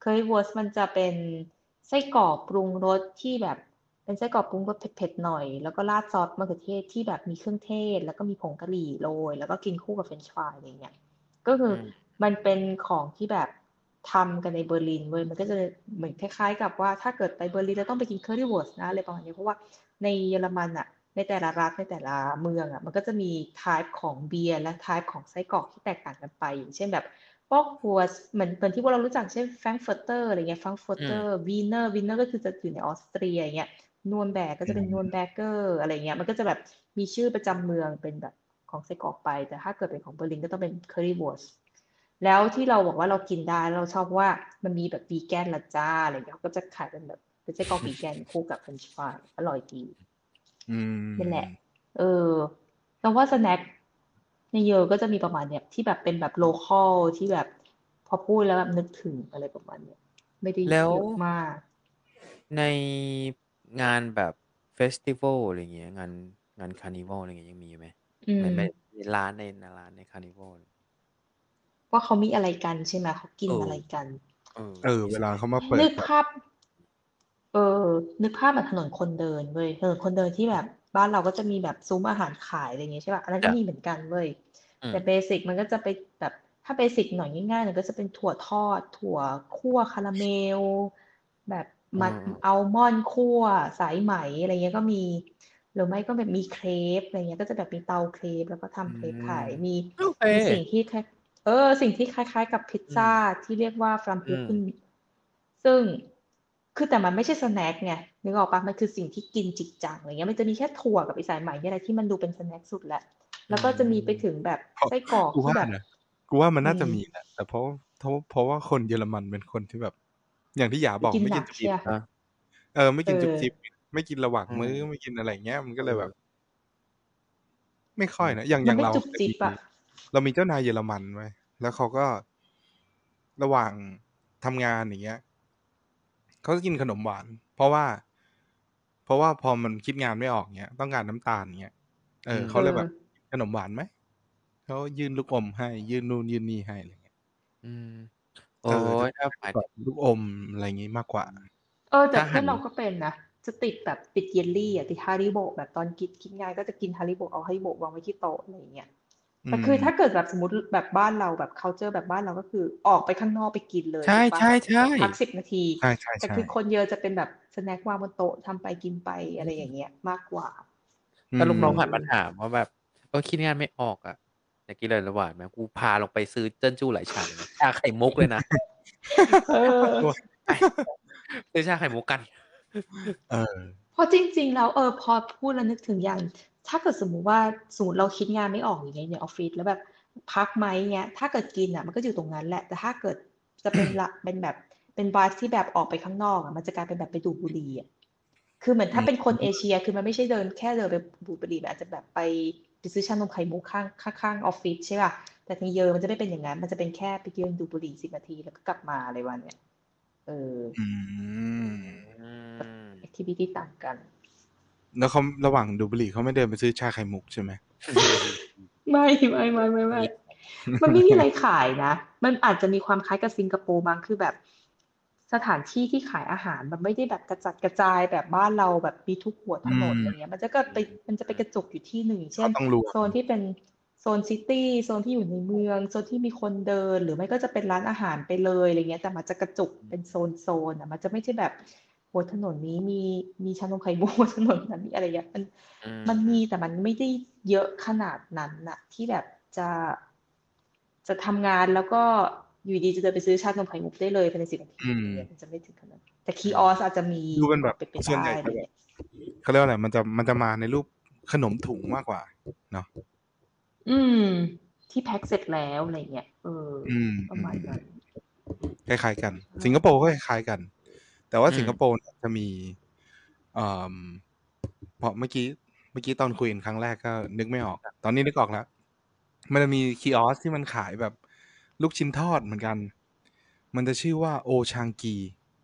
currywurst มันจะเป็นไส้กรอกปรุงรสที่แบบเป็นไส้กรอกปรุงรสเผ็ดๆหน่อยแล้วก็ราดซอสมะเขือเทศที่แบบมีเครื่องเทศแล้วก็มีผงกะหรี่โรยแล้วก็กินคู่กับเฟรนช์ฟรายอะไรเงี้ยก็คืออืมมันเป็นของที่แบบทำกันในเบอร์ลินเว้ยมันก็จะเหมือนคล้ายๆกับว่าถ้าเกิดไปเบอร์ลินแล้วต้องไปกิน currywurst นะอะไรประมาณนี้เพราะว่าในเยอรมันอ่ะในแต่ละรัฐในแต่ละเมืองอ่ะมันก็จะมี type ของเบียร์และ type ของไส้กรอกที่แตกต่างกันไปอย่างเช่นแบบป๊อกหัวเหมือนเหมือนที่พวกเรารู้จักเช่นแฟรงก์เฟิร์เตอร์อะไรเงี้ยแฟรงก์เฟิร์เตอร์วีเนอร์วีเนอร์ก็คือจะอยู่ในออสเตรียอย่างเงี้ยนวร์นแบร์ก็จะเป็นนวร์นแบเกอร์อะไรเงี้ยมันก็จะแบบมีชื่อประจำเมืองเป็นแบบของไส้กรอกไปแต่ถ้าเกิดเป็นของเบอร์ลินก็ต้องเป็น currywurst แล้วที่เราบอกว่าเรากินได้เราชอบว่ามันมีแบบวีแกนละจ้าอะไรเงี้ยก็จะขายเป็นแบบเป็นไส้กรอกวีแกนคู่กับเฟรนช์ฟรายอร่อยดีอืมนั่นแหละ เออแต่ว่าสแน็คในเยอก็จะมีประมาณเนี้ยที่แบบเป็นแบบโลคอลที่แบบพอพูดแล้วแบบนึกถึงอะไรประมาณเนี้ยไม่ได้แล้วเยอะมากในงานแบบเฟสติวัลอะไรเงี้ยงานงานคาร์นิวัลอะไรเงี้ยยังมีอยู่ไหมอืในมในในร้านในในร้านในคาร์นิวัลว่าเขามีอะไรกันใช่ไหมเขากินเออออะไรกันเออเออ เวลาเขามาเปินึดกแบบภาพ เออ นึกภาพแบบถนนคนเดินเว้ยถนนคนเดินที่แบบบ้านเราก็จะมีแบบซุ้มอาหารขายอะไรอย่างเงี้ยใช่ป่ะอันนั้นก็จ้ะมีเหมือนกันเว้ยอืมแต่เบสิกมันก็จะไปแบบถ้าเบสิกหน่อยง่ายๆหน่อยก็จะเป็นถั่วทอด ถั่วคั่วคาราเมล แบบอืมัดมอัลมอนด์คั่วสายไหมอะไรเงี้ยก็มี หรือไม่ก็แบบมีเครปอะไรเงี้ยก็จะแบบมีเตาเครปแล้วก็อืทำเครปขายมมีโอเคมีสิ่งที่คล้ายเออ สิ่งที่คล้ายๆกับพิซอืซ่าม ที่เรียกว่าอืม Flammkuchen ซึ่งคือแต่มันไม่ใช่สแน็คไงนึกออกปะมันคือสิ่งที่กินจริงจังอะไรเงี้ยมันจะมีแค่ถั่วกับไอสายไหมเนี่ยแหละที่มันดูเป็นสแน็คสุดแหละอืแล้วก็จะมีไปมถึงแบบเพราะไส้กรอกกูที่ว่าแบบนะ กูว่ามันอืน่าจะมมีแหละ แต่เพราะ เพราะ เพราะว่าคนเยอรมันเป็นคนที่แบบ อย่างที่หยาบอกกินไม่หกนิันกจุบใชจิ่บเปล่าเออ ไม่เอกินจุบอจิบ ไม่กินระหว่างอืมื้อมไม่กินอะไรอย่างเงี้ย มันเก็อเลย แบอบ ไม่ค่อืมอยนะ อย่างมอัย่นางไม่เราจุบเคยจิบมีอะเรามีเจ้านายเยอรมันเว้ย แล้วเขาก็ ระหว่างทำงาน อย่างเงี้ย เขาจะกินขนมหวาน เพราะว่า เพราะว่าพอมันคิดงานไม่ออก เงี้ย ต้องการน้ำตาล เงี้ย เออือมเขาเลยแบเออบ "ขนมหวานไหม?" เขายื่นลูกอมให้ ยื่นนู่นยื่นนี่ให้ อะไรเงี้ยอืม โอ๊เออ จะย ถ้าหมายแบบ ลูกอม อะไรงี้มากกว่าเออ แต่ถ้าเพืหั่อนนเราก็เป็นนะ จะติดแบบติดเยลลี่อะ ติด Haribo แบบตอนคิด คิดงานก็จะกิน Haribo เอา Haribo วางไว้ที่โต๊ะ อะไรอย่างเงี้ยอืแต่คือถ้ามเกิดแบบสมมุติ ล แบบบ้านเราแบบ คัลเชอร์ แบบบ้านเรา ก็คือออกไปข้างนอกไปกินเลยใชถูกเปล่า แบบๆแบบพักๆสิบ นาทีใแต่ช่คือๆ ๆคนเยอะจะเป็นแบบสแน็ควางบนโต๊ะ ทำไปกินไปออะไรอืย่างมเงี้ย มากกว่าอืถ้าลูกน้องหันมามถามว่าแบบ "เออ คิดงานไม่ออกอะ อยากกินอะไรหวานไหม?" กูพาลงไปซื้อเจิ้นจู้ไหหลฉานเลยนะ ชาไข่มุกเลยนะเออไป ซื้อชาไข่มุกกันเออเพราะจริง ๆ แล้ว เออ พอพูดแล้วนึกถึงอย่าง ถ้าเกิดสมมุติว่า สมมุติเราคิดงานไม่ออก อย่างเงี้ย ในออฟฟิศ แล้วแบบพักไหม เงี้ย ถ้าเกิดกินน่ะ มันก็อยู่ตรงนั้นแหละ แต่ถ้าเกิดจะเป็น ล เป็นแบบ เป็น vibe ที่แบบออกไปข้างนอกอะ มันจะกลายเป็นแบบไปดูดบุหรี่อะ คือเหมือนอืถ้าเป็นคนเอมเชีย คือมันไม่ใช่เดิน แค่เดินไปดูดบุหรี่ มันอาจจะแบบไป ไปซื้อชานมไข่มุกข้าง ข้าง ๆ ออฟฟิศ ใช่เปล่า แต่ในเยอ มันจะไม่เป็นอย่างงั้น มันจะเป็นแค่ไปยืนดูดบุหรี่ สิบ นาที แล้วก็กลับมา อะไรประมาณเนี้ย เอออือืมแบบมแอกทิวิตีต่างกันแล้วเขา ระหว่างดูดบุหรี่ เขาไม่เดินไปซื้อชาไข่มุกใช่ไหม? ไม่ ไม่ ๆ ๆ ๆ มันไม่มีอะไรขายนะ มันอาจจะมีความคล้ายกับสิงคโปร์มั้ง คือแบบสถานที่ที่ขายอาหารมันไม่ได้แบบกระจัดกระจายแบบบ้านเราแบบมีทุกหัวอืถนน อะไรมเงี้ย มันจะก็ไป มันจะไปกระจุกอยู่ที่หนึ่ง อย่างเเชข่านต้องรวมโซนที่เป็นโซนซิตี โซนที่อยู่ในเมือง โซนที่มีคนเดิน หรือไม่ก็จะเป็นร้านอาหารไปเลย อะไรเงี้ย แต่มันจะกระจุกเป็นโซน ๆ อะ มันจะไม่ใช่แบบหัวถนนนี้มี มีชานมไข่ มุก หัวถนนนั้นมีอะไรเงี้ย มันอืมันมีมแต่มันไม่ได้เยอะขนาดนั้นน่ะ ที่แบบจะ จะทำงานแล้วก็อยู่ดี ๆ จะเดินไปซื้อชานมไข่มุกได้เลยภายใน สิบ นาทอีือะไรเงี้ยมมันจะไม่ถึงขนาดนั้น แต่คีอืมออส อาจจะมีดูเป็นแบบเป็นไปไส่ดวนใหญ่้ อะจไระแบบเงี้ยเขาเรียกว่าอะไร มันจะ มันจะมาในรูปขนมถุงมากกว่าเนาะอืม ที่แพ็กเสร็จแล้ว อะไรเงี้ย เอออืมประมาณนั้นคล้าย ๆ กันใช่สิงคโปร์ก็คล้าย ๆ กัน แต่ว่าอืมสิงคโปร์เนี่ยจะมี เอ่อ พอเมื่อกี้ เมื่อกี้ตอนคุยกันครั้งแรกก็นึกไม่ออกครับตอนนี้นึกออกแล้ว มันจะมีคีออสที่มันขายแบบลูกชิ้นทอดเหมือนกัน มันจะชื่อว่า Old Chang Kee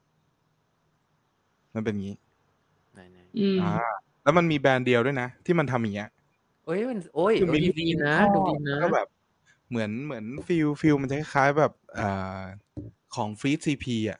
มันเป็นงี้ไหน ๆอือามแล้วมันมีแบรนด์เดียวด้วยนะที่มันทำอย่างเงี้ยเฮ้ย มัน โอ๊ยคือมีเออลูกชิ้นดีนะทอดดูดีนแล้ะวก็แบบ เหมือน เหมือนฟีล ฟีลมันจะคล้าย ๆ แบบ อ่า ของ Feast ซี พี อะ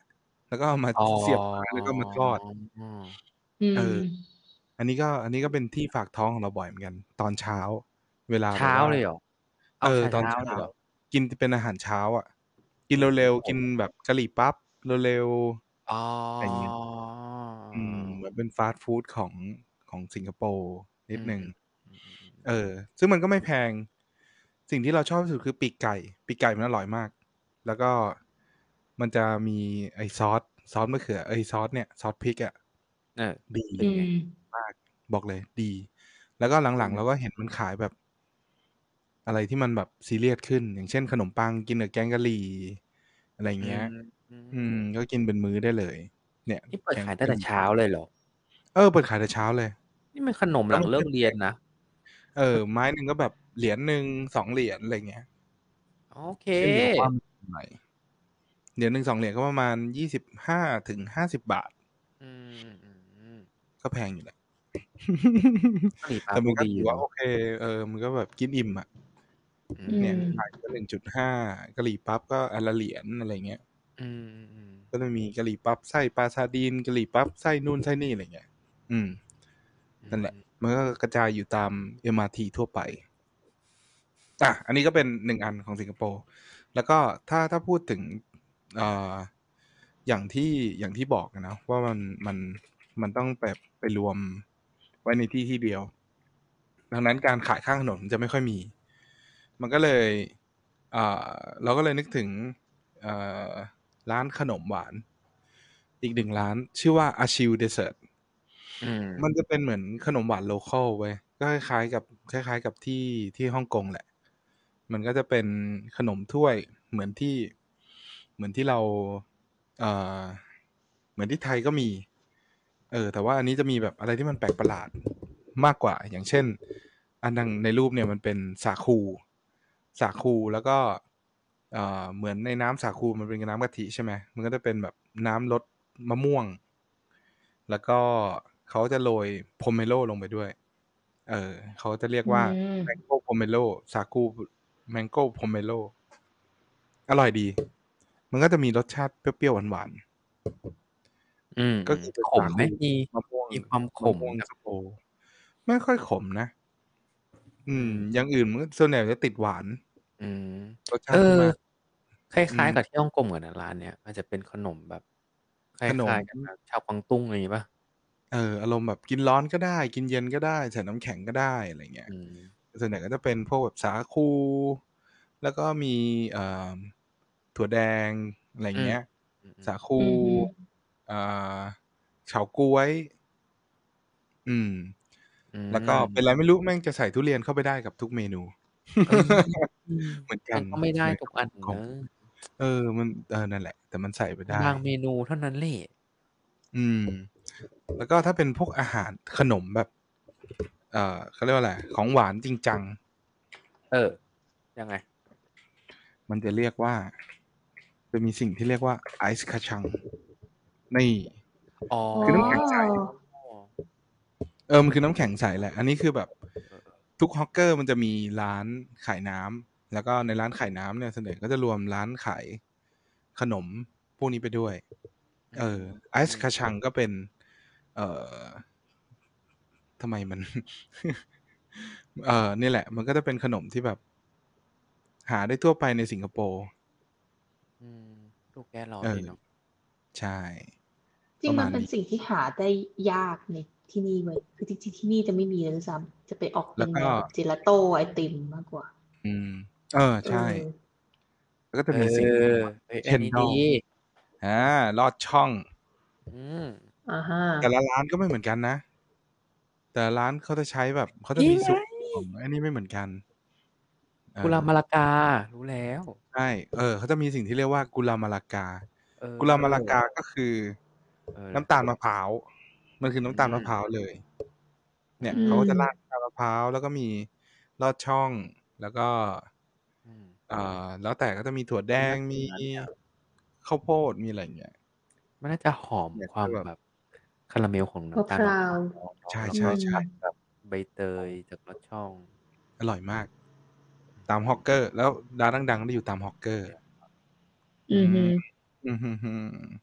แล้วก็เอามาอ๋อเสียบฝาแล้วก็มาทอดอืเอมอ อันนี้ก็ อันนี้ก็เป็นที่ฝากท้องของเราบ่อยเหมือนกัน ตอนเช้า เวลาเชแบ้บาว่าเลยเหรอ? เเออาอแต่ตอเนช้าเช้าเลยเหรอ? กินเป็นอาหารเช้าอะ กินโอ้เร็วโๆ กินฮแบบกะหรี่ปั๊บเร็วอ๋อๆ อะไรเงี้ย อืม เหมือนเป็นฟาสต์ฟูดของ ของสิงคโปร์นิอืดหนึ่งม ๆ อืม ๆเออ ซึ่งมันก็ไม่แพง สิ่งที่เราชอบที่สุดคือปีกไก่ ปีกไก่มันอร่อยมาก แล้วก็มันจะมีไอ้ซอส ซอสมะเขือ ไอ้ซอสเนี่ย ซอสพริกอะเออดีเป็นไง? อืมมาก บอกเลยดี แล้วก็หลัง ๆอืมเราก็เห็นมันขายแบบ อะไรที่มันแบบซีเรียสขึ้น อย่างเช่น ขนมปังกินกับแกงกะหรี่ อะไรอืเงี้ย อืมมก็กินเป็นมื้อได้เลย เนี่ยนี่เปิแดขกงายตกั้ะงแหตร่ี่เช้าเลยเหรอ? เออ เปิดขายแต่เช้าเลยนี่มันขนมแลห้ลวังมันเลิไม่แพกเรียนงนะเออ ไม้หนึ่งก็แบบเหรียญหนึ่ง สอง เหรียญ อะไรเงี้ยโอเคขึ้นอยู่กับว่ามันไหน เหรียญหนึ่ง สอง เหรียญก็ประมาณ ยี่สิบห้าถึงห้าสิบ บาทอืม ๆ ๆก็แพงอยู่แหละกะหรี่ปัแ๊ต่มันก็ถบดูดีือเวน่าาโะอเค เออ มันก็แบบกินอิ่มอะอือืเนี่ยมขายก็ หนึ่งจุดห้า กะหรี่ปั๊บก็อันละเหรียญ อะไรเงี้ยอืม ๆ ๆก็จะมีกะหรี่ปั๊บไส้ปลาซาร์ดีน กะหรี่ปั๊บไส้นู่นไส้นี่ อะไรเงี้ย อืมอืนั่นแหละมมันก็กระจายอยู่ตาม เอ็ม อาร์ ที ทั่วไป อะ อันนี้ก็เป็น หนึ่ง อันของสิงคโปร์ แล้วก็ถ้า ถ้าพูดถึง เอ่อ อย่างที่ อย่างที่บอกอะเนาะว่ามัน มัน มันต้องแบบไปรวมไว้ในที่ที่เดียว ดังนั้นการขายข้างถนนจะไม่ค่อยมี มันก็เลย อ่า เราก็เลยนึกถึง เอ่อ ร้านขนมหวาน อีก หนึ่ง ร้านชื่อว่า Achilles Dessert อืมมันจะเป็นเหมือนขนมหวาน โลคัล เว้ย ก็คล้าย ๆ กับ คล้าย ๆ กับที่ ที่ฮ่องกงแหละ มันก็จะเป็นขนมถ้วยเหมือนที่ เหมือนที่เรา เอ่อ เหมือนที่ไทยก็มี เออ แต่ว่าอันนี้จะมีแบบอะไรที่มันแปลกประหลาดมากกว่า อย่างเช่น อันดัง ในรูปเนี่ยมันเป็นสาคู สาคู แล้วก็ เอ่อ เหมือนในน้ำสาคูมันเป็นน้ำกะทิใช่ไหม มันก็จะเป็นแบบน้ำรสมะม่วง แล้วก็เขาจะโรย Pomelo ลงไปด้วย เออ เขาจะเรียกอืว่าม Mango Pomelo สาคู Mango Pomelo อร่อยดี มันก็จะมีรสชาติเปรี้ยว ๆ หวานอืมๆ ก็คือเป็ๆนขมไหสาคม? ูมีมะม่วงมีความขมะมแบบม่วงส้มโอ ไม่ค่อยขมนะ อืมอืมอย่างอื่นมันก็ส่วนใหญ่จะติดหวานอืมรสชเอาติที่อมาคอืล้าย ๆ กับมที่ฮ่องกงเหมือนกันร้านเนี้ย มันจะเป็นขนมแบบคลขน้ามย ๆ กับทางชาวกวางตุ้ง อะไรงี้เปล่า? เออ อารมณ์แบบกินร้อนก็ได้ กินเย็นก็ได้ ใส่น้ำแข็งก็ได้ อะไรเงี้อยืมส่วนใหญ่ก็จะเป็นพวกแบบสาคู แล้วก็มี เอ่อ ถั่วแดง อะไรอืมเงี้ยอืสาอคๆอืูอฮึอ่า เฉาก๊วย อืมอืแล้วก็เป็นมไรไม่รู้ แม่งจะใส่ทุเรียนเข้าไปได้กับทุกเมนูอืมเหมือนกมัันนก็ไม่ได้ในทุกอฮ่ันองกงเนาะเออ มัน เออ นั่นแหละ แต่มันใส่ไปได้บางเมนูเท่านั้นแหละอืม แล้วก็ถ้าเป็นพวกอาหารขนมแบบ เอ่อ เขาเรียกว่าอะไร ของหวานจริงจังเออ ยังไง? มันจะเรียกว่า จะมีสิ่งที่เรียกว่า Ice Kacang นี่อ๋ออ๋อคือน้ำแข็งใส เออ มันคือน้ำแข็งใสแหละ อันนี้คือแบบเออ ๆทุกฮอกเกอร์มันจะมีร้านขายน้ำ แล้วก็ในร้านขายน้ำเนี่ยส่วนใหญ่ก็จะรวมร้านขายขนมพวกนี้ไปด้วยอืเออ Ice ม Kacang ก็เป็น เอ่อ ทำไมมัน เอ่อ เนี่ยแหละ มันก็จะเป็นขนมที่แบบ หาได้ทั่วไปในสิงคโปร์อืม ดูแก้ร้อเนออดีเนาะใช่จรปิรงะมมัานเป็นณนี้สิ่งที่หาได้ยากในที่นี่เว้ย คือจริง ๆ ที่นี่จะไม่มีเลยด้วยซ้ำ จะไปออกเแปล็้นวกแน็วแบบเจลาโต ไอติมมากกว่าอืม เออเอใช่อแล้วก็จเอะอมีสิ่งที่เรียกว่าเฮ้ย อันนี้ดี Chendol อา ลอดช่องอืมอะฮแต่ะละร้านก็ไม่เหมือนกันนะ แต่ละร้านเขาจะใช้แบบ เขาจะนี่มีไสูตรของงไอ้นี่ไม่เหมือนกัน เอกุลาอมะละกา รู้แล้วใช่ เออ เขาจะมีสิ่งที่เรียกว่า กุลามะละกาเกุลามะละกออา ก็คือเออน้ำตาลมะพร้าว มันคืออืน้ำตาลมะพมร้าวเลยอืเนี่ยอืเขาก็จะราดมน้ำตาลมะพร้าว แล้วก็มีลอดช่อง แล้วก็อืมอ่า แล้วแต่ก็จะมีถั่วแดอุ๊ย น่งากิมนีนะเนี่ยข้าวโพด มีอะไรอย่างเงี้ยมันน่าจะหอมเนี่ยความก็แบบแบบคาราเมลของน้ำตาพรลมะาพร้าววเนาใะ แล้วชก็ๆใส่อืมแบบใบเตยจากลอดช่องอร่อยมาก ตามฮอกเกอร์ แล้วร้านดัง ๆ จะอยู่ตามฮอกเกอร์อือฮึอืม อือฮึ ๆถ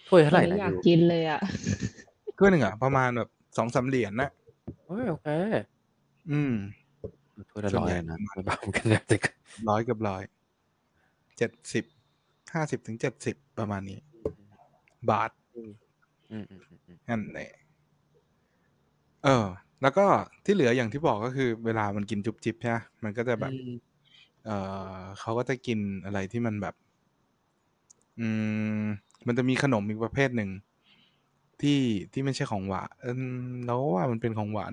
ถ้วยเท่าเห็ไหนร่แล้วนะอยากยูกินเลยอะถ้วยหนึ่งอะประมาณแบบ สองสาม เหรียญน่ะเฮ้ย โอเคอืมอือ ถ้วยละส่วนร้อใหยญ่เลยนะประมาณไม่ เบา เหมือนกันนะ แต่ก็ร้อย เกือบ ร้อย เจ็ดสิบ ห้าสิบถึงเจ็ดสิบ ประมาณนี้อืมบาทอืม อืม ๆ ๆ ๆนั่นแหละ เออ แล้วก็ที่เหลืออย่างที่บอก ก็คือเวลามันกินจุ๊บจิ๊บ ใช่เปล่า มันก็จะอืแบบมเอ่อ เขาก็จะกินอะไรที่มันแบบ อืม มันจะมีขนมอีกประเภทหนึ่ง ที่ ที่ไม่ใช่ของหวาน เอิ้น เราก็ว่ามันเป็นของหวาน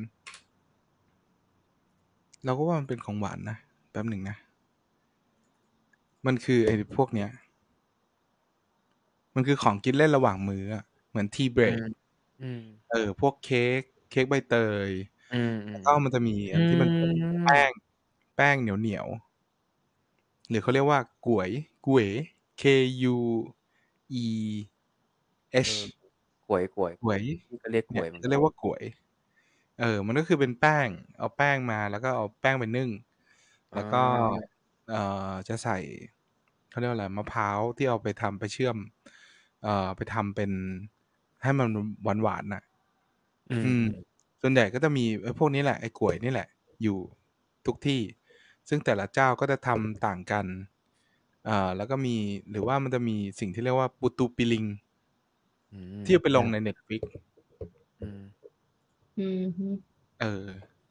เราก็ว่ามันเป็นของหวานนะ แป๊บหนึ่งนะ มันคือไอ้พวกเนี้ย มันคือของกินเล่นระหว่างมื้ออะ เหมือน tea อื break ม อืมเออ พวกเค้ก เค้กใบเตยอืมแล้วก็มันจะมีๆ อือันที่มันเป็นแป้มง แป้งเหนียว ๆ หรือเขาเรียกว่าก๋วย ก๋วย เค ยู อี เอชเออ ก๋วย ก๋วยก๋วยนี่ก็เรียกเกนี่ยวยเหมือเนขากัเรีนยกว่าก๋วย เออ มันก็คือเป็นแป้ง เอาแป้งมา แล้วก็เอาแป้งไปนึ่งอแล้วก็าเอ่อ จะใส่ เขาเรียกว่าอะไร มะพร้าวที่เอาไปทำ ไปเชื่อม เอ่อ ไปทำเป็น ให้มันหวาน ๆ น่ะอือืมม ๆส่วนใหญ่ก็จะมีไอ้พวกนี้แหละ ไอ้ก๋วยนี่แหละ อยู่ทุกที่ ซึ่งแต่ละเจ้าก็จะทำต่างกัน อ่า แล้วก็มี หรือว่ามันจะมีสิ่งที่เรียกว่า Putu Piring อืมที่เอาไปลงในน่า Netflix อืมอือฮึเออ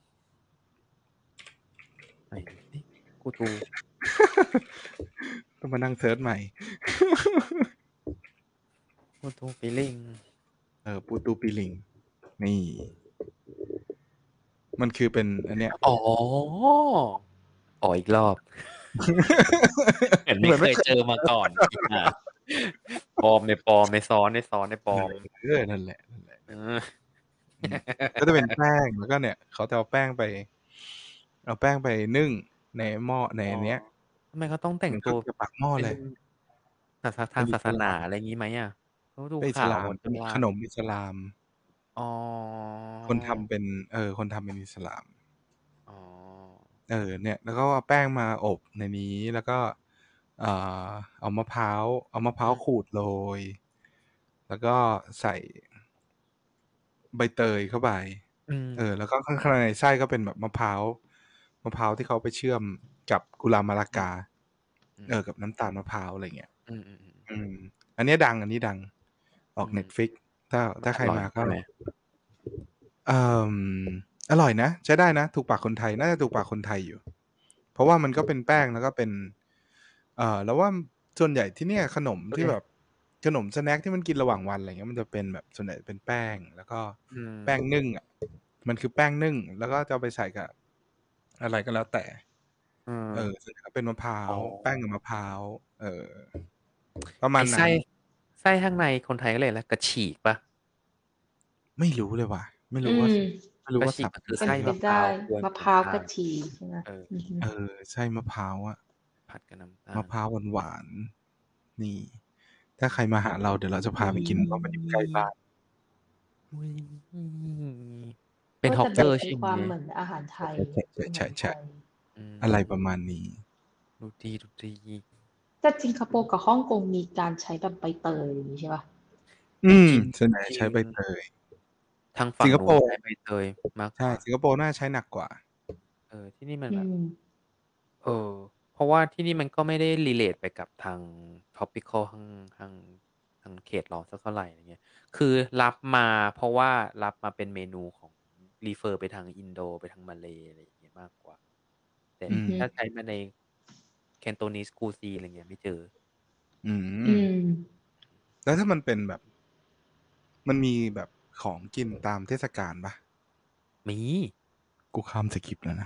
ไหนดูสิ Putu ต้องมานั่งเซิร์ชใหม่ Putu Piring เออ Putu Piring นี่ มันคือเป็นอันเนี้ยอ๋อ ขออีกรอบ เหมือนไเหม่เคยมือนไม่เคยเจอมาก่อน อีห่า ปลอมในปลอม ในซ้อน ในซ้อน ในปลอมเออ นั่นแหละ นั่นแหละเอออืม ก็จะเป็นแป้ง แล้วก็เนี่ย เขาจะเอาแป้งไป เอาแป้งไปนึ่งในหม้อ ในอ๋ออันเนี้ยทำไมเขาต้องแต่เหมงือนตกัับวกับปากหม้อเป็นเลยศาส ทเป็างนอิศาสนาสลามอะไรงี้ไหมอะ เขาดูขเป็นอิสาวลามเหมือนเอป็ินสลาขมนมอิสลามอ๋อคนทำเป็น เออ คนทำเป็นอิสลามอ๋อเออ เนี่ย แล้วก็เอาแป้งมาอบในนี้ แล้วก็ อ่า เอามะพร้าว เอามะพร้อาวืมขูดโรย แล้วก็ใส่ ใบเตยเข้าไปอืเออมแล้วก็ข้าง ข้างในไส้ก็เป็นแบบมะพร้าว มะพร้าวที่เขาไปเชื่อมกับกุลามะละอืมกาอืเออ กับมน้ำตาลมะพร้าว อะไรเงี้ยอืม ๆ ๆอืม อันเนี้ยดัง อันนี้ดัง อออืกม Netflix ถ้า ถ้าใครมอร่อยาใกช็่ไหม? เอ่อ อร่อยนะ ใช้ได้นะ ถูกปากคนไทย น่าจะถูกปากคนไทยอยู่ เพราะว่ามันก็เป็นแป้ง แล้วก็เป็น เอ่อ เราว่าส่วนใหญ่ที่เนี่ย ขนมโอเคที่แบบ ขนมสแน็กที่มันกินระหว่างวัน อะไรเงี้ย มันจะเป็นแบบ ส่วนใหญ่จะเป็นแป้ง แล้วก็อืแป้งมนึ่งอะ มันคือแป้งนึ่ง แล้วก็จะเอาไปใส่กับ อะไรก็แล้วแต่เอเอออส่วนใหญ่ก็เป็นมะพร้าอ๋ว แป้งกับอมะพร้าว เออ ประมไาอณ้ไนสั้้นไส้ข้างในคนไทยเขาเรียกอะไร กระฉีกเปล่า? ไม่รู้เลยว่ะ ไม่อรืู้ว่ามไม่รู้ว่าศกระฉีักพท์มันคคืือออะไไสร้เป็นไปมะพไรด้้าวกวนมะกับนพร้้าำวตาลกะทิใช่ไหม? เอออือฮึเออ ไส้มะพร้าวอะผัดกับน้ำตามะลพร้าวหวาน ๆ นี่ ถ้าใครมาหาเรา เดี๋ยวเราจะพาไปกิน เพราะมันอยู่ใกล้บ้านอุ๊ย เปก็็นจะแบบ Hawker เปใ็ชน่คไหม? วามเหมือนอาหารไทย ขนมใไชท่ยๆอืๆ ๆ อะไรประมมาณนี้ดูดี ๆแต่สิงคโปร์กับฮ่องกงมีการใช้แบบใบเตย อย่างงี้ใช่เปล่า? อืมจริงส่วนใหญ่ใช้จริงใบเตยทางฝสิั่งคโปรงนู้น์ใช้ใบเตยมากใช่กว่าสิงคโปร์น่าจะใช้หนักกว่าเออ ที่นี่มันอืแบบมเออ เพราะว่าที่นี่มันก็ไม่ได้ relate ไปกับทาง tropical ทาง ทาง ทางเขตร้อนสักเท่าไร อะไรเงี้ย คือรับมา เพราะว่ารับมาเป็นเมนูของ refer ไปทางอินโด ไปทางมาเลย์ อะไรอย่างงี้มากกว่า แต่อืถ้ามใช้มาใน Cantonese cuisine อะไรเงี้ย ไม่เจออือืมมแล้วถ้ามันเป็นแบบ มันมีแบบของกินตามเทศกาลเปล่า? มีกูข้ามสคริปต์แล้วนะ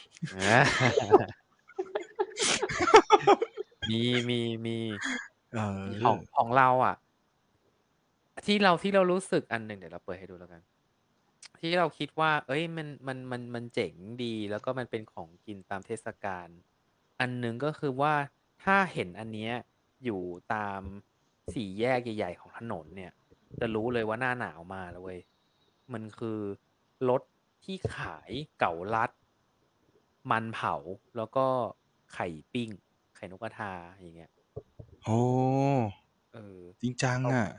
มี มีเๆ มีของออของเราอะ ที่เรา ที่เรารู้สึกอันหนึ่ง เดี๋ยวเราเปิดให้ดูแล้วกัน ที่เราคิดว่า เฮ้ย มัน มัน มัน มันเจ๋งดี แล้วก็มันเป็นของกินตามเทศกาล อันหนึ่งก็คือว่า ถ้าเห็นอันเนี้ยอยู่ตามสี่แยกใหญ่ ๆ ของถนนเนี่ย จะรู้เลยว่าหน้าหนาวมาแล้วเว้ย มันคือรถที่ขายเก๋าลัด มันเผา แล้วก็ไข่ปิ้ง ไข่นกกระทา อย่างเงี้ยอ๋อเออจริงจังเขาอะ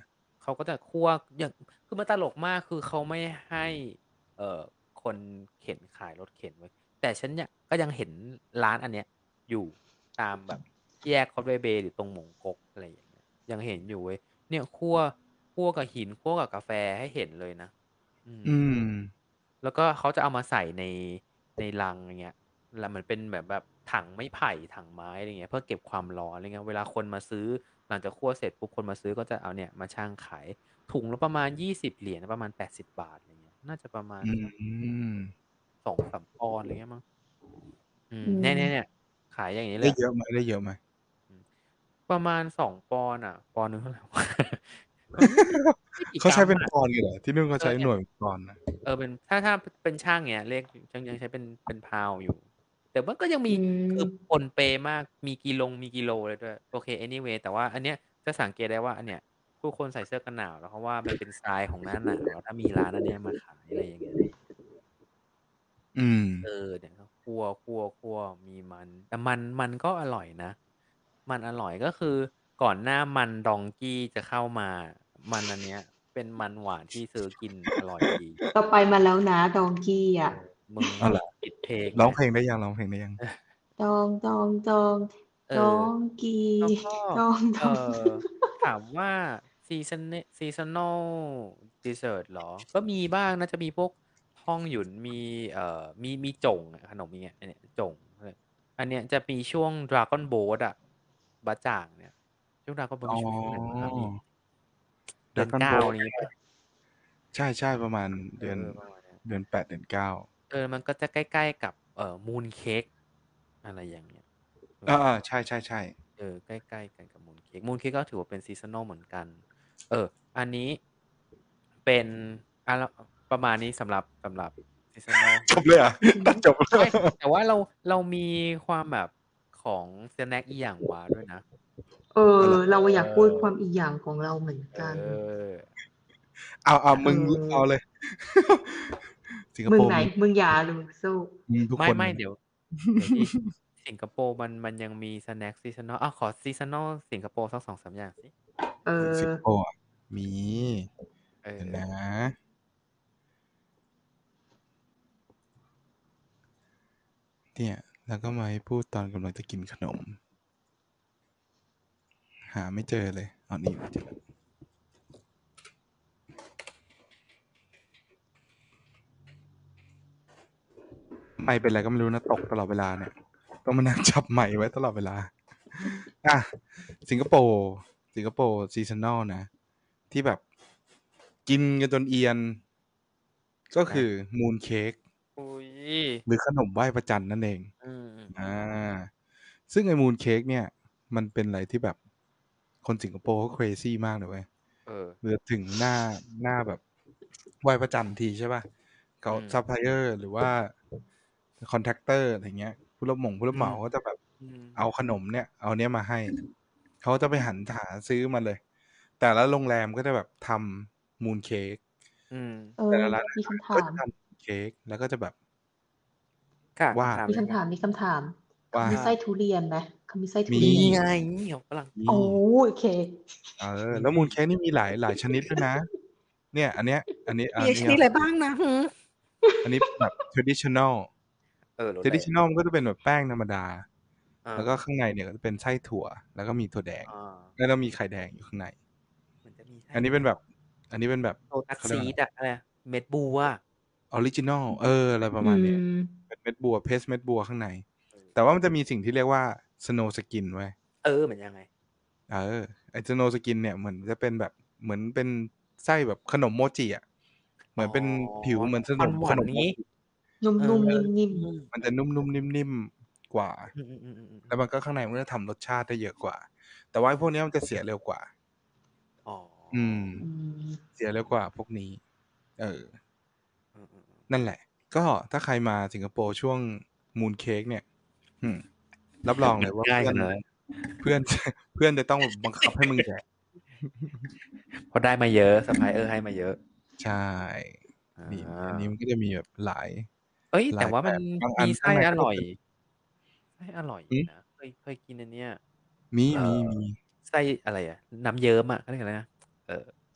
เขาก็จะคั่วอย่างคือมันตลกมากคือเขาไม่ให้ เอ่อคนเข็นขายรถเข็นไว้ยแต่ฉันเนี่ยก็ยังเห็นร้านอันเนี้ยอยู่ตามแบบแยกคอสเวย์เบย์หรือตรงหมงกกอะไรอย่างเงี้ยยังเห็นอยู่เว้ยเนี่ยคั่วคั่วกับหินคั่วกับกาแฟให้เห็นเลยนะอืมอืมแล้วก็เขาจะเอามาใส่ในในลังอย่างเงี้ยแล้วมันเป็นแบบแบบถังไม้ไผ่ถังไม้อะไรเงี้ยเพื่อเก็บความร้อนอะไรเงี้ยเวลาคนมาซื้อหลังจากคั่วเสร็จปุ๊บคนมาซื้อก็จะเอาเนี่ยมาชั่งขายถุงละประมาณยี่สิบเหรียญประมาณแปดสิบบาทอะไรเงี้ยน่าจะประมาณอืสักมสองสามปอนด์อะไรเงี้ยมั้งอืมอืเนี่ยมเนี่ยเนี่ยขายอย่างนี้เลได้ยอะเยอะไหมได้เยอะไหมอืมประมาณสองปอนด์อ่ะปอนด์หนึงเท่าไหร่วะ มันไม่ไม่ไม่กี่เขาใช้เป็นกรัมอ่ะปอนด์กันเหรอที่นู่นเขาเออเนี่ยใช้หน่วยเป็นปอนด์นะเออเป็นถ้าถ้าเป็นช่างเนี้ยเลขยังยังใช้เป็นเป็นพาวอยู่ แต่ว่าก็ยังมีอืคือมปนเปมากมีกิโลงมีกิโลเลยด้วยโอเค anyway แต่ว่าอันเนี้ยจะสังเกตได้ว่าอันเนี้ยผู้คนใส่เสื้อกันหนาวแล้วเพราะว่ามันเป็นทรายของหน้าหนาวแล้วถ้ามีร้านอันเนี้ยมาขายอะไรอย่างเงี้ยอืมเออเนี่ยก็คั่วคั่วคั่วมีมันแต่มันมันก็อร่อยนะ มันอร่อยก็คือก่อนหน้ามันดองกี้จะเข้ามามันอันเนี้ยเป็นมันหวานที่ซื้อกินอร่อยดีเราไปมาแล้วนะดองกี้เออ่ะอมึงเอาเหรอปิดเพลงร้องนะเพลงได้ยังร้องเพลงได้ยังดองดองดองเอดอองกี้แล้วก็ดองดเอ่องอถามว่าซีซันซีซันอลดีเซอร์ตหรอ ก็มีบ้างนะจะมีพวกท่องหยุนมีเอ่อมีมีจ่งอะขนมอย่างเงี้ยอันเนี้ยจ่งอันเนี้ยจะมีช่วงดราก้อนโบ๊ทอะบะจ่างเนี่ยช่วงดราก้อนโบ๊ทอ๋อมีช่วงไหนบ้างอะมีดราก้อนเดือนเก้าโบ๊ทอะไรอย่างเงี้ยป่ะใช่ใช่ประมาณเอเดือนอประมาณเนี้ยเดือนแปดเดือนเก้าเออมันก็จะใกล้ๆกับเอ่อมูนเค้กอะไรอย่างเงี้ยเอออ่าอ่าใช่ใช่ใช่เออใกล้ๆกันกับมูนเค้กมูนเค้กก็ถือว่าเป็นซีซันนอลเหมือนกัน เออ อันนี้เป็นอ่ะแล้วประมาณนี้สำหรับสำหรับซีซันนอลจบเลยเหรอ่ะตัดจบเลยไม่แต่ว่าเราเรามีความแบบของสแน็คอีอย่างวาด้วยนะเอออะไรเราอยากพูดความอีกอย่างของเราเหมือนเอกันอเอาเอาเอมึงอเอาเลย สิงคมึโปงร์ไหนมีมึงอย่าหรือมึงสู้มีทุกไม่คนไม่เลยเดี๋ยว เดี๋ยวที่สิงคโปร์มันมันยังมีสแน็คซีซันนอลอ่ะขอซีซันนอลสิงคโปร์สักสองสามอย่างสิเออสิงคโปร์อะมีเอเดี๋ยวอนะ เนี่ย แล้วก็มาให้พูดตอนกำลังจะกินขนม หาไม่เจอเลยอ๋อนี่เจอแล้วไม่เป็นไรก็ไม่รู้นะ ตกตลอดเวลาเนี่ย ต้องมานั่งจับใหม่ไว้ตลอดเวลา อ่ะ สิงคโปร์ สิงคโปร์ซีซันนอลนะ ที่แบบกินกันจนเอียน ก็คือมูนเค้กอุ้ยหรือขนมไหว้พระจันทร์นั่นเองอืมอืมอ่า ซึ่งไอ้มูนเค้กเนี่ย มันเป็นอะไรที่แบบคนสิงคโปร์เขา crazy มากเลยเว้ยเออหรือถึงหน้าหน้าแบบไหว้พระจันทร์ทีใช่ป่ะเขาอืมซัพพลายเออร์หรือว่าคอนแทคเตอร์อะไรเงี้ย ผู้รับหมงผู้รับเหมาอืมก็จะแบบอืมเอาขนมเนี่ย เอาเนี้ยมาให้ เขาจะไปหันหาซื้อมาเลย แต่ละโรงแรมก็จะแบบทำมูนเค้กอืมเอแต่อละร้านมีคำก็ถาจะมทำมูนเค้ก แล้วก็จะแบบค่ะว่าคำถามมีเลยคำถาม มีคำถาม เขาว่ามีว่าไส้ทุเรียนไหม เขามีไส้ทุมีเรียนนี่ไหมไงของฝรั่งมีโอ้ โอเคเออ แล้วมูนเค้กนี่มีหลาย หลายชนิดด้วยนะ เนี่ย อันเนี้ย อันนี้ อันมีชนี้นิดอะไรบ้างนะ หืออันนี้แบบ traditional เออ รู้แล้ว traditional มันก็จะเป็นแบบแป้งธรรมดาอาแล้วก็ข้างในเนี่ยก็จะเป็นไส้ถั่ว แล้วก็มีถั่วแดงอาแล้วก็มีไข่แดงอยู่ข้างในเหมือนจะมีไส้อันนี้เป็นแบบ อันนี้เป็นแบบโลตัสเขาเรียกว่าซีอะไรด อะ อะไรอะ เม็ดบัวออริจินัล เออ อะไรปอืระมาณเนี้ยมเป็นเม็ดบัว เพสเม็ดบัวข้างในเออแต่ว่ามันจะมีสิ่งที่เรียกว่า snow skin เว้ยเออ มันยังไง? เออ ไอ้ snow skin เนี่ย เหมือนจะเป็นแบบ เหมือนเป็นไส้แบบขนมโมจิอะ เหมือนเป็นผิวเหมือนขนมหวาน ๆ งี้ขนมโมจินุ่เออม ๆ นิ่มอืมมันจะนุ่ม ๆ นิ่ม ๆ กว่าอือ ๆ ๆ ๆแล้วมันก็ข้างในมันก็จะทำรสชาติได้เยอะกว่า แต่ว่าไอ้พวกเนี้ยมันจะเสียเร็วกว่าอ๋ออืมอืมเสียเร็วกว่าพวกนี้ เอออือ ๆ ๆนั่นแหละ ก็ถ้าใครมาสิงคโปร์ช่วงมูนเค้กเนี่ย อืม รับรองมัเลยว่าง่ายเพื่ขอนนาดนั้นเพื่อน จะ เพื่อนจะต้องแบบบังคับให้มึงแดกเพราะได้มาเยอะ ซัพพลายเออร์ให้มาเยอะใช่อนี่ อันนี้ามันก็จะมีแบบหลายเฮ้ยหแลต่ายว่าแบมันบ บางอัมีนไสข้า้งในอก็ร่อยจะไส้อร่อยอหืยู่อ? นะ เคย เคยกินอันเนี้ยมีเอ่อมี มีไส้อะไรอะ น้ำเยิ้มอะ เขาเรียกอะไรนะ เอ่อ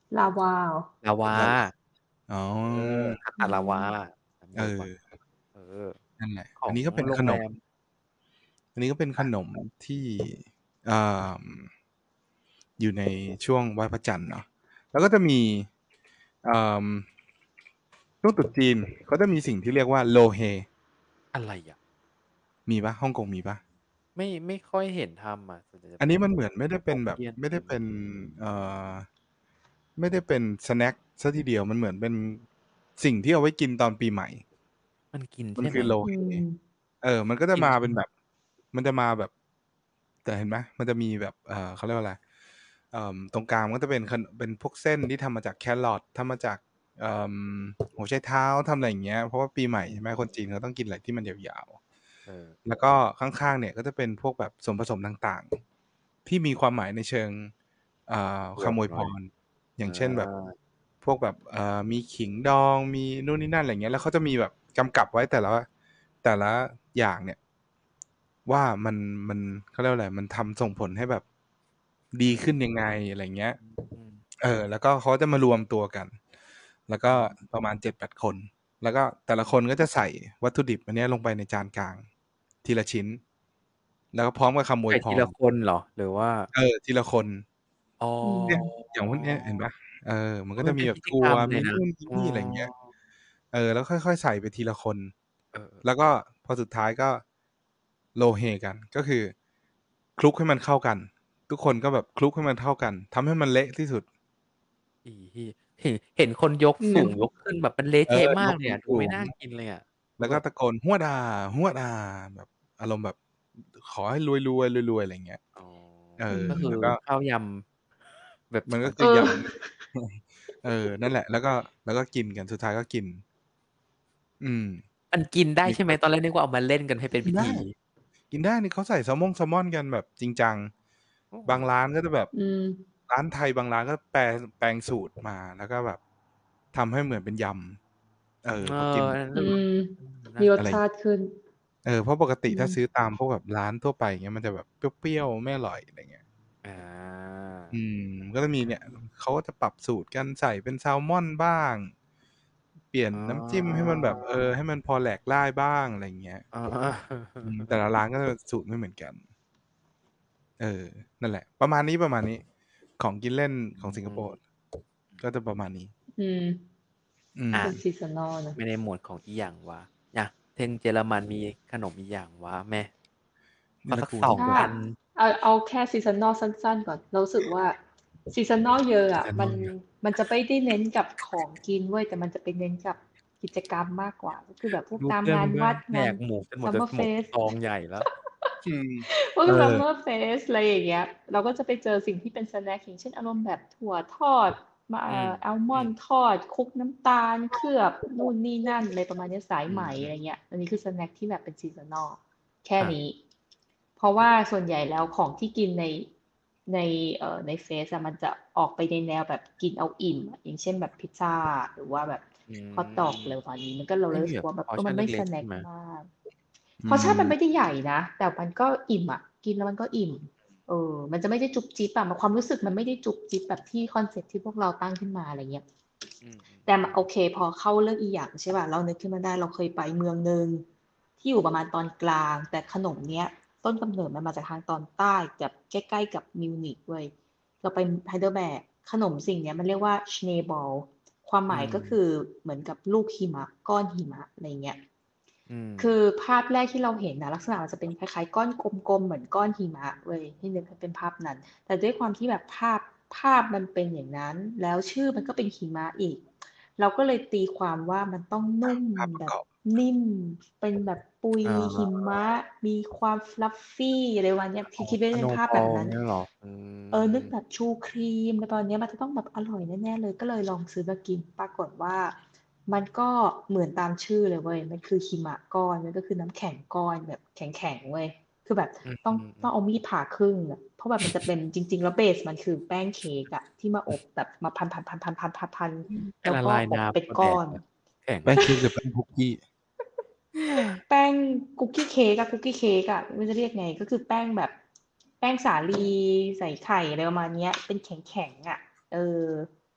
ลาวาเหรอลาวาลาวา อ๋อเออ คัตอืตา ลาวามจำเอได้อว่า เออนั่นแหละขออันงนี้ก็เป็นขโรงแนรมมอันนี้ก็เป็นขค่ะนมที่ อ่า อยู่ในช่วงไหว้พระจันทร์เนาะ แล้วก็จะมี อ่า ช่วงตรุษจีนเขาจะมีสิ่งที่เรียกว่าโลเฮอะไรอะ? มีเปล่า? ฮ่องกงมีเปล่า? ไม่ ไม่ค่อยเห็นทำอะ ส่วนใหญ่จะอันเนปี้็นมันเหมือนไม่ได้เป็นแบบฮกเกี้ยนไม่ได้จีนเป็น เอ่อ ไม่ได้เป็นสแน็กเสียทีเดียว มันเหมือนเป็นสิ่งที่เอาไว้กินตอนปีใหม่มันกินมัในช่ไคหืม? อโลอืเฮมเออ มันก็จะกินมาใชเ่ไหม? ป็นแบบ มันจะมาแบบ แต่เห็นไหม มันจะมีแบบ เอ่อ เขาเรียกว่าอะไร เอ่อ ตรงกลางมันก็จะเป็นขน เป็นพวกเส้นที่ทำมาจากแครอท ทำมาจาก เอ่อ หัวไชเท้า ทำอะไรอย่างเงี้ย เพราะว่าปีใหม่ใช่ไหม คนจีนเขาต้องกินอะไรที่มันยาวเออๆ แล้วก็ข้าง ๆ เนี่ยก็จะเป็นพวกแบบส่วนผสมต่าง ๆ ที่มีความหมายในเชิง อ่าบควกำอวยหน่พอยร อย่อางเช่นแบบาพวกแบบ เอ่อ มีขิงดอง มีนู่นนี่นั่น อะไรอย่างเงี้ย แล้วเขาจะมีแบบกำกับไว้แต่ละ แต่ละอย่างเนี่ย ว่ามัน มัน เขาเรียกว่าอะไร มันทำส่งผลให้แบบดอืีมขึ้นยังไง อะไรอย่างเงี้ยอืมเออ แล้วก็เขาจะมารวมตัวกัน แล้วกอื็มประมาณ เจ็ดแปด คน แล้วก็แต่ละคนก็จะใส่วัตถุดิบอันเนี้ยลงไปในจานกลางทีละชิ้น แล้วก็พร้อมกับคำอใวสย่พทีละรคนเหรอ? หรือว่า? เออ ทีละคนอ๋ออืเนี่ย อย่างพวกเนี้ย เห็นเปล่า เออ มันเออก็จะมเป็ีนแบบถพิธีั่วกรรมเลมียนนะู่น มีอ๋อนี่ อะไรอย่างเงี้ย เออ แล้วค่อย ๆ ใส่ไปทีละคนเออ ๆแล้วก็พอสุดท้ายก็โลเฮกัน ก็คือคลุกให้มันเข้ากัน ทุกคนก็แบบคลุกให้มันเข้ากัน ทำให้มันเละที่สุดอีเหี้ย เห็น เห็นคนยกอืสูงมยกขึ้นแบบมันเละเอเทะอมากยกสเลยอะ ดููไม่งน่ากินเลยอะๆคแืล้อแบบวก็ตะโกน "ฮั่วดา ฮั่วดา" แบบอารมณ์แบบ ขอให้รวย ๆ รวย ๆ อะไรอย่างเงี้ยอ๋อเอออืก็คือแล้วก็ข้าวยำ แบบมันก็คเือยออำ เออ นั่นแหละ แล้วก็ แล้วก็กินกัน สุดท้ายก็กิน อืมมันกินได้มีใช่ไหม? คนตอนแรกนึกว่าเอามาเล่นกันให้เป็นพิธกินได้ีกินได้ นี่เขาใส่แซลม่งแซลมอนกันแบบจริงจังโอ้โบางร้านก็จะแบบอืมร้านไทยบางร้านก็แปล แปลงสูตรมา แล้วก็แบบทำให้เหมือนเป็นยำ เออเออพอกินอันนั้นอืก็แบบมอืม น่มีารสชอะไรอย่าางติขึ้นเออ เพราะปกตอืิถ้าซื้อมตามพวกแบบร้านทั่วไป อย่างเงี้ย มันจะแบบเปรี้ยว ๆ ไม่อร่อย อะไรอย่างเงี้ยอาอืม ก็จะมีเนี่ย เขาก็จะปรับสูตรกัน ใส่เป็นแซลมอนบ้าง เปลี่ยนอ๋น้ำจิ้มให้มันแบบ เอออ ให้มันพอแหลกล่ายบ้าง อะไรอย่างเงี้ยอ๋ออืม แต่ละร้านก็จะสูตรไม่เหมือนกัน เออ นั่นแหละ ประมาณนี้ ประมาณนี้ ของกินเล่นอของสิงคโปืมร์ ก็จะประมาณนี้อืมอือมาเป็น seasonal เนาะมาในหมวดของอิหยังวะ อะ เทรนด์เยอรมันมีขนมอิหยังวะแม่? เขนอรสักกูลสองถ้าอันเอา เอาแค่ seasonal สั้น ๆ ก่อน เรารู้สึกว่า seasonal เยอะอะ มัน seasonal เยอะมันจะไม่ได้เน้นกับของกินเว้ย แต่มันจะไปเน้นกับกิจกรรมมากกว่า ก็คือแบบพวกดูตาเมพื่อน เพื่งานวอนัดแดงานกหมูกันหมด จะ Summer หมด Fest ซองใหญ่แล้วอืมพวกเออ Summer Fest อะไรอย่างเงี้ย เราก็จะไปเจอสิ่งที่เป็นสแน็ก อย่างเช่น อารมณ์แบบถั่วทอด มาอืมอัลมอืมอนด์ทอด คลุกน้ำตาล เคลือบนู่นนี่นั่น อะไรประมาณเนี้ย สายอืไหมมอะไรเงี้ย อันนี้คือสแน็กที่แบบเป็น seasonal แค่อานี้ เพราะว่าส่วนใหญ่แล้วของที่กินใน ใน เอ่อ ในเฟซอะ มันจะออกไปในแนวแบบกินเอาอิ่มอะ อย่างเช่น แบบพิซซา หรือว่าแบบอืฮอตดอก อะไรมประมาณนี้ มันก็ เราไเมล่ยรูม้ีสึแกว่าแบบบบพอเรอ์อชันมันไม่เล็ก ๆสแนใช็่กไหม? มากอืพอร์ชั่นมันมไม่ได้ใหญ่นะ แต่มันก็อิ่มอะ กินแล้วมันก็อิ่ม เออ มันจะไม่ได้จุ๊บจิ๊บอะ มัน ความรู้สึกมันไม่ได้จุ๊บจิ๊บแบบที่คอนเซปต์ที่พวกเราตั้งขึ้นมา อะไรเงี้ยอืมแต่ มๆ ๆโอเค พอเข้าเรื่องอิหยัง ใช่เปล่า เรานึกขึ้นมาได้ เราเคยไปเมืองหนึ่งที่อยู่ประมาณตอนกลาง แต่ขนมเนี้ยต้นกำเนิดมันมาจากทางตอนใต้ แบบใกล้ ๆ กับมิวนิกเว้ย เราไป Heidelberg ขนมสิ่งเนี้ยมันเรียกว่า Schneeball ความอืหมายก็คมือเหมือนกับลูกหิมะ ก้อนหิมะ อะไรเงี้ยอืมคือภาพแรกที่เราเห็นน่ะ ลักษณะมันจะเป็นคล้าย ๆ ก้อนกลม ๆ เหมือนก้อนหิมะเว้ย ให้นึกให้เป็นภาพนั้น แต่ด้วยความที่แบบภาพ ภาพมันเป็นอย่างนั้น แล้วชื่อมันก็เป็นหิมะอีก เราก็เลยตีความว่ามันต้องนุ่มภาพปรแบะกบอบนิ่ม เป็นแบบปุยอ๋หิมะอมีความ fluffy อะไรประมาณเนี้ย คอ๋อิด ๆ ไว้เป็นภาพแบบ Snowball นั้นเงี้ยเหรอ? อืเออ นึกมแบบชูครีม อะไรประมาณเนี้ย มันจะต้องแบบอร่อยแน่ ๆ เลย ก็เลยลองซื้อมากิน ปรากฏว่ามันก็เหมือนตามชื่อเลยเว้ย มันคือหิมะก้อน มันก็คือน้ำแข็งก้อนแบบแข็ง ๆ เว้ย คือแบบอืต้อง ต้ออ ๆ ๆงเอามีดผ่าครึ่งอะ เพราะแบบมันจะเป็น จริง ๆ แล้วเบสมันคือแป้งเค้กอะ ที่มาอบแบบมาพัน ๆ ๆ ๆ ๆ ๆแคแล่้วละลายนก็อบ้เป็นำก็กแด้อกนแล้ว แข็งแป้งเค้กหรือแป้งคุกกี้? แป้งคุกกี้เค้กอะ คุกกี้เค้กอะ ไม่รู้จะเรียกไง ก็คือแป้งแบบ แป้งสาลีใส่ไข่ อะไรประมาณเนี้ย เป็นแข็ง ๆ อะ เออ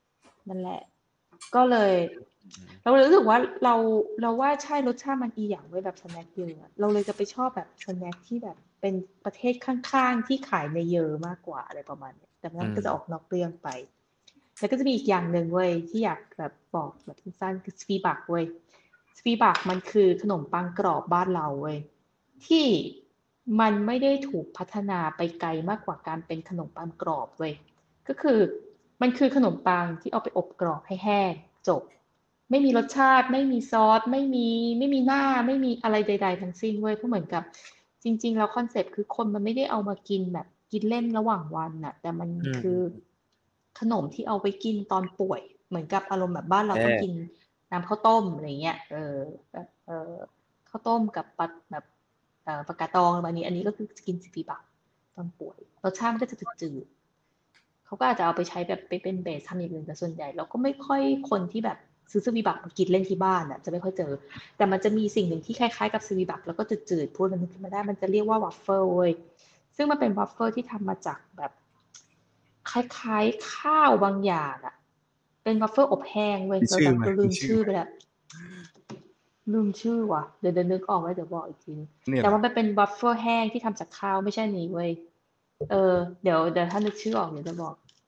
นั่นแหละ ก็เลยอืมเราเลยรู้สึกว่าเราเราว่าใช่รสชาติมันอีหยังไว้แบบสแน็คเยอะอะเราเลยจะไปชอบแบบสแน็คที่แบบเป็นประเทศข้างๆที่ขายในเยอะมากกว่าอะไรประมาณเนี้ยแต่อืมันก็มจะออกนอกเรื่องไป แล้วก็จะมีอีกอย่างหนึ่งเว้ยที่อยากแบบบอกแบบสั้นๆคือสวีบักเว้ยสวีบักมันคือขนมปังกรอบบ้านเราเว้ยที่มันไม่ได้ถูกพัฒนาไปไกลมากกว่าการเป็นขนมปังกรอบเว้ยก็คือมันคือขนมปังที่เอาไปอบกรอบให้แห้งจบ ไม่มีรสชาติไม่มีซอสไม่มีไม่มีหน้าไม่มีอะไรใด ๆ ทั้งสิ้นเว้ยเพราะเหมือนกับจริง ๆ แล้วคอนเซ็ปต์คือคนมันไม่ได้เอามากินแบบกินเล่นระหว่างวันน่ะ แต่มันอืมคือขนมที่เอาไปกินตอนป่วย เหมือนกับอารมณ์แบบบ้านเราเอต้องกินน้ำข้าวต้มอะไรเงี้ยเออแบบเออข้าวต้มกับปลาแบบเอ่อปลากระตองอะไรแบบนี้ อันนี้ก็คือกินสิบปีบักตอนป่วยรสชาติมันก็จะจืดๆเขาก็อาจจะเอาไปใช้แบบไปเป็นเบสทำอย่างอื่นแต่ส่วนใหญ่เราก็ไม่ค่อยคนที่แบบซื้อสวีบักมากินเล่นที่บ้านอ่ะจะไม่ค่อยเจอ แต่มันจะมีสิ่งหนึ่งที่คล้ายๆกับสวีบักแล้วก็จืดๆพูดมันนึกขึ้นมาได้มันจะเรียกว่าวัฟเฟิลเว้ยซึ่งมันเป็นวัฟเฟิลที่ทำมาจากแบบคล้ายๆข้าวบางอย่างอ่ะเป็นวัฟเฟิลอบแห้งเว้ยมีเราชื่อไหมจำเราลืมีมชื่อชื่อไหมไปแล้วลืมชื่อว่ะเดี๋ยวเดี๋ยวนึกออกไว้เดี๋ยวบอกอีกทีนึงเนี่ยแต่เหรอว่ามันเป็นวัฟเฟิลแห้งที่ทำจากข้าวไม่ใช่นี้เว้ยเออเดี๋ยวเดี๋ยวถ้านึกชื่อออกเดี๋ยวจะบอก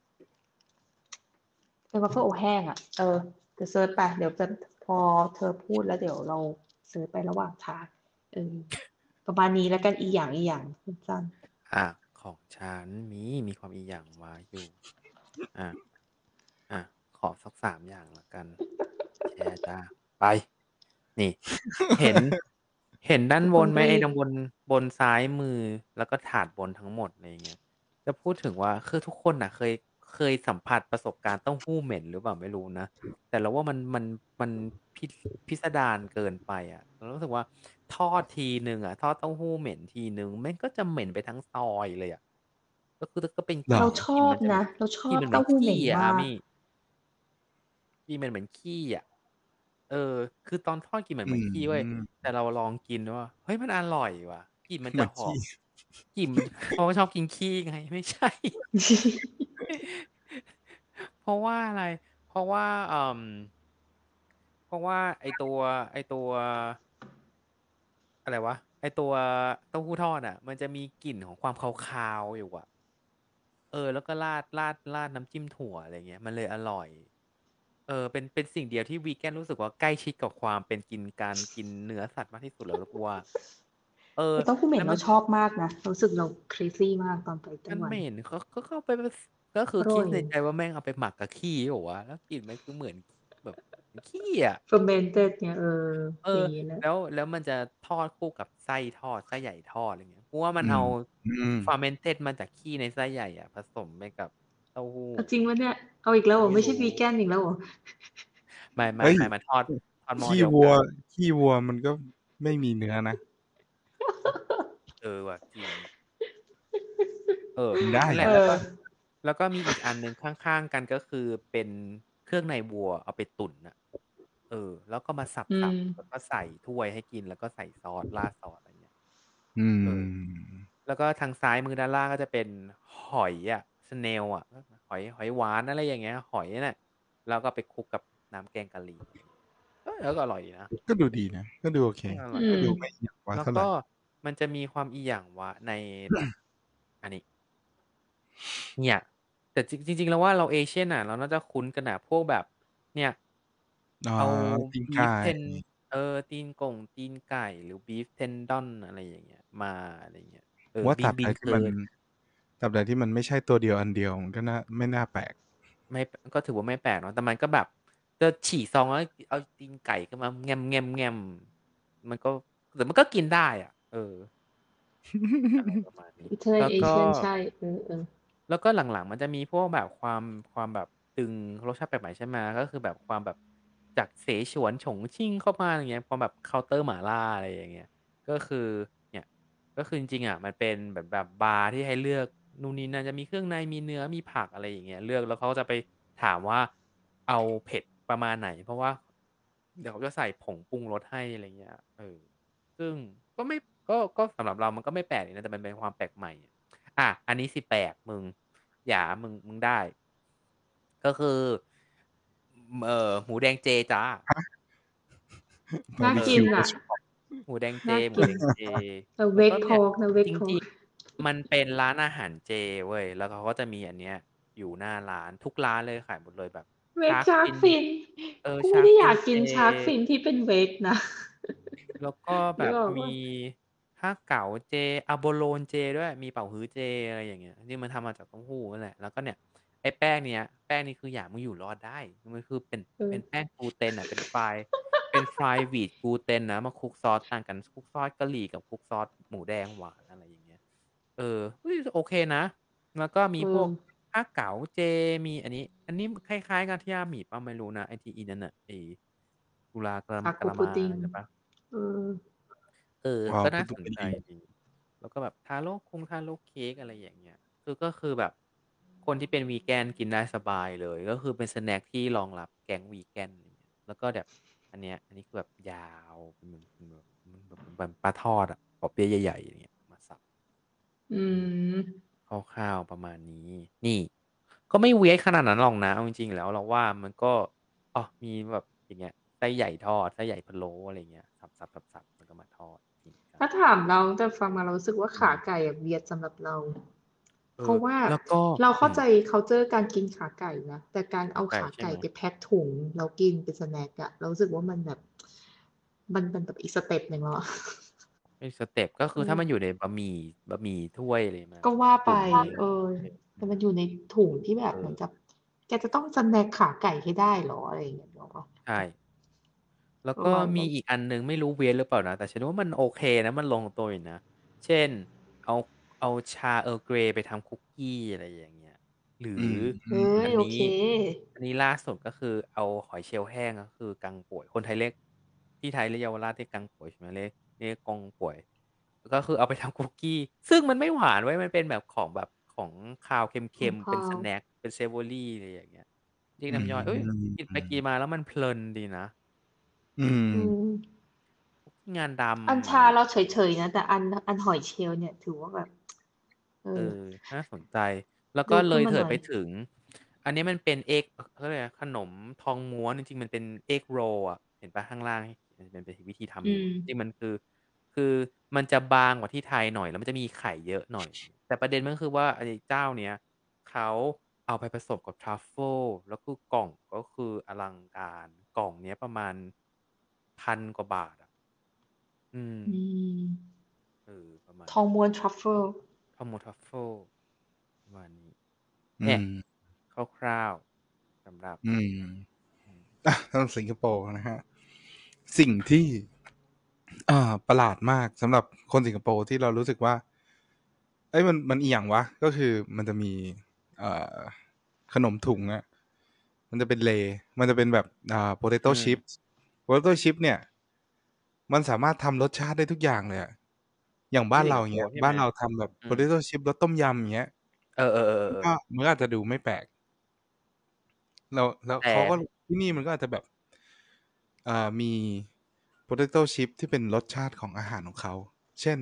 เป็นวัฟเฟิลอบแห้งอ่ะ เออเดี๋ยวเซิร์ชไป เดี๋ยวจะพอเธอพูดแล้วเดี๋ยวเราเซิร์ชไประหว่างทางเออประมาณนี้แล้วกันอีหยังอีหยังสั้นอ่ะของฉันมีมีความอีหยังมาอยู่ อ่ะอ่ะขอสักสามอย่างละกัน แชร์จ้าไป นี่ เห็น เห็นด้านทุกบคนนไหมรีไอ้บตรงบนบนซ้ายมือแล้วก็ถาดบนทั้งหมดอะไรอย่างเงี้ย จะพูดถึงว่าคือทุกคนน่ะเคยเคยสัมผัสประสบการณ์เต้าหู้เหม็นหรือเปล่าไม่รู้นะ แต่เราว่ามันมันมันพิพิสดารเกินไปอะเรารู้สึกว่าทอดทีหนึ่งอะทอดเต้าหู้เหม็นทีหนึ่งแม่งก็จะเหม็นไปทั้งซอยเลยอะก็คือก็เป็นเหรอเราชกลิ่อน บมันจะนะ เราชกอลิ่นบมันเหเต้มืาอนหู้ขเหม็ี้นอะมาอากกมี่ กลิ่นมันเหมือนขี้อะ เออ คือตอนทอดกลิ่นมันอืเหมือนขี้เว้ยมแต่เราลองกินแล้วว่า เฮ้ย มันอร่อยว่ะ กลิ่นมันเหมจืะอนหขอมี้กลิ่น เพราะว่าชอบกินขี้ไง ไม่ใช่ เพราะว่าอะไร เพราะว่า เอ่อ เพราะว่าไอ้ตัว ไอ้ตัว อะไรวะ ไอ้ตัวเต้าหู้ทอดอะมันจะมีกลิ่นของความคาว ๆ อยู่อะ เออ แล้วก็ราด ราด ราดน้ำจิ้มถั่ว อะไรอย่างเงี้ย มันเลยอร่อย เออ เป็น เป็นสิ่งเดียวที่ Vegan รู้สึกว่าใกล้ชิดกับความเป็นกิน การกินเนื้อสัตว์มากที่สุดแล้วนะกูว่า เออแต่เต้าหู้เหม็แล้วมนเรัานชอบมากนะ เรารู้สึกเรา crazy มากตอนไปไต้มันหวัเหมน็น ก็ ก็ ก็เอาไป บ ส ก็คืออรค่ิอยดในใจว่าแม่งเอาไปหมักกับขี้เปล่าวะ แล้วกลิ่นมันคือเหมือนแบบเหมือนขี้อะ fermented ไง เออเอออย่างงี้แหละแล้ว แล้วมันจะทอดคู่กับไส้ทอด ไส้ใหญ่ทอด อะไรเงี้ย กูว่ามัอนืเอาม อืม fermented มาจากขี้ในไส้ใหญ่อะผสมไปกับเต้าหู้เอาจริงเปล่าเนี่ย เอาอีกแล้วเหรอไม่ไม่ใรชู่้ Vegan อีกแล้วเหรอ? ไม่เฮ้ยๆ ๆ มันทอด ทอดหม้ขอี้เดียววัวกันขี้วัวมันก็ไม่มีเนื้อนะเออว่ะ จริง เออกินได้นั่นแหลเอะ แล้วก็อแล้วก็มีอีกอันหนึ่งข้าง ๆ กัน ก็คือเป็นเครื่องในวัวเอาไปตุ๋นน่ะ เออ แล้วก็มาสอืับ ๆ แล้วมก็ใส่ถ้วยให้กิน แล้วก็ใส่ซอส ราดซอส อะไรเงี้ยอืเออมแล้วก็ทางซ้ายมือด้านล่างก็จะเป็นหอยอะ snail อะ หอย หอยหวาน อะไรอย่างเงี้ย หอยนั่นน่ะ แล้วก็ไปคลุกกับน้ำแกงกะหรี่ อะไรเงี้ย เออ แล้วก็อร่อยดีนะก็ดูดีนะ ก็ดูโอเคเออ ออร่ือยก็มดูไม่อิหยังวะแล้เวกท่าไร็มันจะมีความอิหยังวะในแบบ อันนี้ เนี่ย แต่จริง จริง ๆ เราว่าเรา Asian น่ะ เราน่าจะคุ้นกันน่ะ พวกแบบ เนี่ยอ๋อเอาตีนไก่ beef ten เออ ตีนก่ง ตีนไก่ หรือ beef tendon อะไรอย่างเงี้ย มา อะไรอย่างเงี้ย เออว่าตราบบใดิน ๆทเีค่มันยตราบใดที่มันไม่ใช่ตัวเดียวอันเดียว มันก็น่า ไม่น่าแปลกไม่ ป ก็ถือว่าไม่แปลกเนาะ แต่มันก็แบบจะฉีกซองแล้วเอาตีนไก่ขึ้นมาแง่ม ๆ ๆ มันก็ แต่มันก็กินได้อะ เออ อะไรประมาณนี้เธอแล้วก็ Asian ใช่ เออ ๆแล้วก็หลัง ๆ มันจะมีพวกแบบความ ความแบบดึงรสชาติแปลกใหม่ ใช่ไหม ก็คือแบบความแบบจากเสฉวน ฉงชิ่งเข้ามา อะไรอย่างเงี้ย ความแบบเคาน์เตอร์หม่าล่า อะไรอย่างเงี้ย ก็คือ เนี่ย ก็คือจริง ๆ อะมันเป็นเหมือนแบบบาร์ที่ให้เลือกนู่นนี่นั่น จะมีเครื่องใน มีเนื้อ มีผัก อะไรอย่างเงี้ย เลือก แล้วเขาก็จะไปถามว่าเอาเผ็ดประมาณไหน เพราะว่าเดี๋ยวเขาจะใส่ผงปรุงรสให้ อะไรอย่างเงี้ย เออ ซึ่งก็ไม่ ก็ ก็สำหรับเรามันก็ไม่แปลกดีนะ แต่มันเป็นความแปลกใหม่ อา อันนี้สิแปลกมึง หยา มึง มึงได้ ก็คือเอ่อหมูแดงเจจ้าน่าเอกินออ่ะหมูแดงเจน่าหมูกินแดงเจแต่แล้ว wake ก็เนี่ย pork นะจ wake ริ pork ง ๆ มันเป็นร้านอาหารเจเว้ย แล้วเขาก็จะมีอันเนี้ยอยู่หน้าร้าน ทุกร้านเลยขายหมดเลยแบบ wake Shark shark fin fin เออกูไม่ Shark ได้อยา fin กกินเจ shark fin ที่เป็น wake นะแล้วก็แบนึกบออกมเปล่า? ีฮากเก๋าเจ Abalone เจด้วย มีเป๋าฮื้อเจ อะไรอย่างเงี้ย ที่มันทำมาจากเต้าหู้นั่นแหละ แล้วก็เนี่ย ไอ้แป้งเนี้ย แป้งนี้คืออยากมึงอยู่รอดได้ มันคือเป็นเออเป็นแป้งกลูเตนอะ เป็น fried เป็น fried wheat กลูเตนนะ มาคลุกซอสต่างกัน คลุกซอสกะหรี่กับคลุกซอสหมูแดงหวาน อะไรอย่างเงี้ย เออ เฮ้ย โอเคนะ แล้วก็มีเอพวกอฮากเก๋าเจ มีอันนี้ อันนี้คล้าย ๆ กับที่อาหมี่เปล่าไม่รู้นะ ไอ้ที่อีนั่นน่ะ ไอ้ กุลากะ Taco กะละมานั่ pudding นหรือเปล่า? เออเอออ๋อก็ p น่าุสนใจ pudding ดี แล้วก็แบบทาโร่คงทาโร่เค้ก อะไรอย่างเงี้ย คือ ก็คือแบบคนที่เป็น Vegan กินได้สบายเลย ก็คือเป็นสแน็กที่รองรับแก๊ง Vegan อะไรอย่างเงี้ย แล้วก็แบบอันเนี้ย อันนี้คือแบบยาว เป็นเหมือน เป็นแบบ มันแบบเหมือนปลาทอดอะ ปอเปี๊ยะใหญ่ ๆ อย่างเงี้ย มาสับอืมคร่าว ๆ ประมาณนี้ นี่ ก็ไม่ weird ขนาดนั้นหรอกนะ เอาจริง ๆ แล้วเราว่ามันก็ อ้อ มีแบบอย่างเงี้ย ไส้ใหญ่ทอด ไส้ใหญ่พะโล้ อะไรอย่างเงี้ย สับ ๆ ๆ ๆ แล้วก็มาทอดกินกัถ้าน ถามเราตั้งแต่ฟังมาเรารู้สึกว่าอืขามไก่อะ weird สำหรับเราเออเพราะว่าแล้วก็เราเอข้ืาใจมคัลเชอร์ การกินขาไก่นะ แต่การขเาอาไก่ขาไก่ใช่ไหม? ไปแพ็กถุงแล้วกินเป็นสแน็กอะ เรารู้สึกว่ามันแบบ มัน มันแบบอีกสเต็ปหนึ่งแล้วอะอีกสเต็ป ก็คืเอถ้ามันอออยู่ในบะหมี่ บะหมี่ถ้วยอะไรมาก็ว่าจไปุ่มอะไรเออเงี้ยแอตื่มันมอยู่ในถุงที่แบบเเหมือนออกับ แกจะต้องสแน็กขาไก่ให้ได้เหรอ อะไรอย่างเงี้ย นึกออกเปล่า? ใช่ แล้วประก็มมาณนีั้นอีกอันหนึ่งไม่รู้ weird หรือเปล่านะ แต่ฉันว่ามันโอเคนะ มันลงตัวอยู่นะ เช่น เอา เอาชา Earl Grey ไปทำคุกกี้ อะไรอย่างเงี้ย หรือือเฮ้ยอันนโอเี้คอันนี้ล่าสุด ก็คือเอาหอยเชลล์แห้ง ก็คือกังป่วย คนไทยเรียก ที่ไทยเรียกเยาวราชเรียกกังป่วย ใช่ไหม เรียก เรียกกงป่วย ก็คือเอาไปทำคุกกี้ ซึ่งมันไม่หวานเว้ย มันเป็นแบบของแบบ ของคาวเขคอ็งมคๆ เป็นาวสแน็ก เป็น savoury อะไรอย่างเงี้ย เรียกอืน้ำย่อย เฮ้ย กินไปกินมมาแล้วมันเพลินดีนะอือืมมงานดอันำชอะไราอย่เารางเเงี้ยฉย ๆ นะ แต่อัน อันหอยเชลล์เนี่ยถือว่าแบบ เอเอออ น่าสนใจ แล้วดก็ูเขลึ้นยเมาหนถิด่อไปยถึง อันนี้มันเป็น egg เขาเรียกอะไรนะ ขนมทองม้วน จริง ๆ มันเป็น egg roll อะ เห็นเปล่าข้างล่าง มันเป็นวิธีทอืำอยู่ จริมง ๆ มันคือ คือมันจะบางกว่าที่ไทยหน่อย แล้วมันจะมีไข่เยอะหน่อย แต่ประเด็นมันก็คือว่าไอ้เจ้าเนี้ย เขาเอาไปผสมกับ Truffle แล้วคือกล่องก็คืออลังการ กล่องเนี้ยประมาณ พัน กว่าบาทอะ อืมอืมเออ ประมาณนทองั้นม้วน Truffle ทองม้วน Truffle ประมาณนี้อืเนี่ยมคร่าว ๆ สำหรับอืมอืมอะ ถ้าสิงคโปร์นะครับ สิ่งที่ อ่า ประหลาดมากสำหรับคนสิงคโปร์ที่เรารู้สึกว่า เฮ้ย มัน มันอิหยังวะ ก็คือมันจะมี เอ่อ ขนมถุงอะ มันจะเป็น Lays มันจะเป็นแบบ อ่าอื potato ม chips potato chips เนี่ย มันสามารถทำรสชาติได้ทุกอย่างเลยอะ อย่างบท้ีา่นเรสิงาคอย่โาปงเงี้รย์ใช่ไบ้หม? านเราทำแบบอืม potato chips รสต้มยำ อย่างเงี้ยเออมันกๆ็ๆ ๆ ๆมันก็อาจจะดูไม่แปลก แล้ว แล้วแตเขาก็่ที่นี่มันก็อาจจะแบบ อ่า มี potato chips ที่เป็นรสชาติของอาหารของเขา เช่น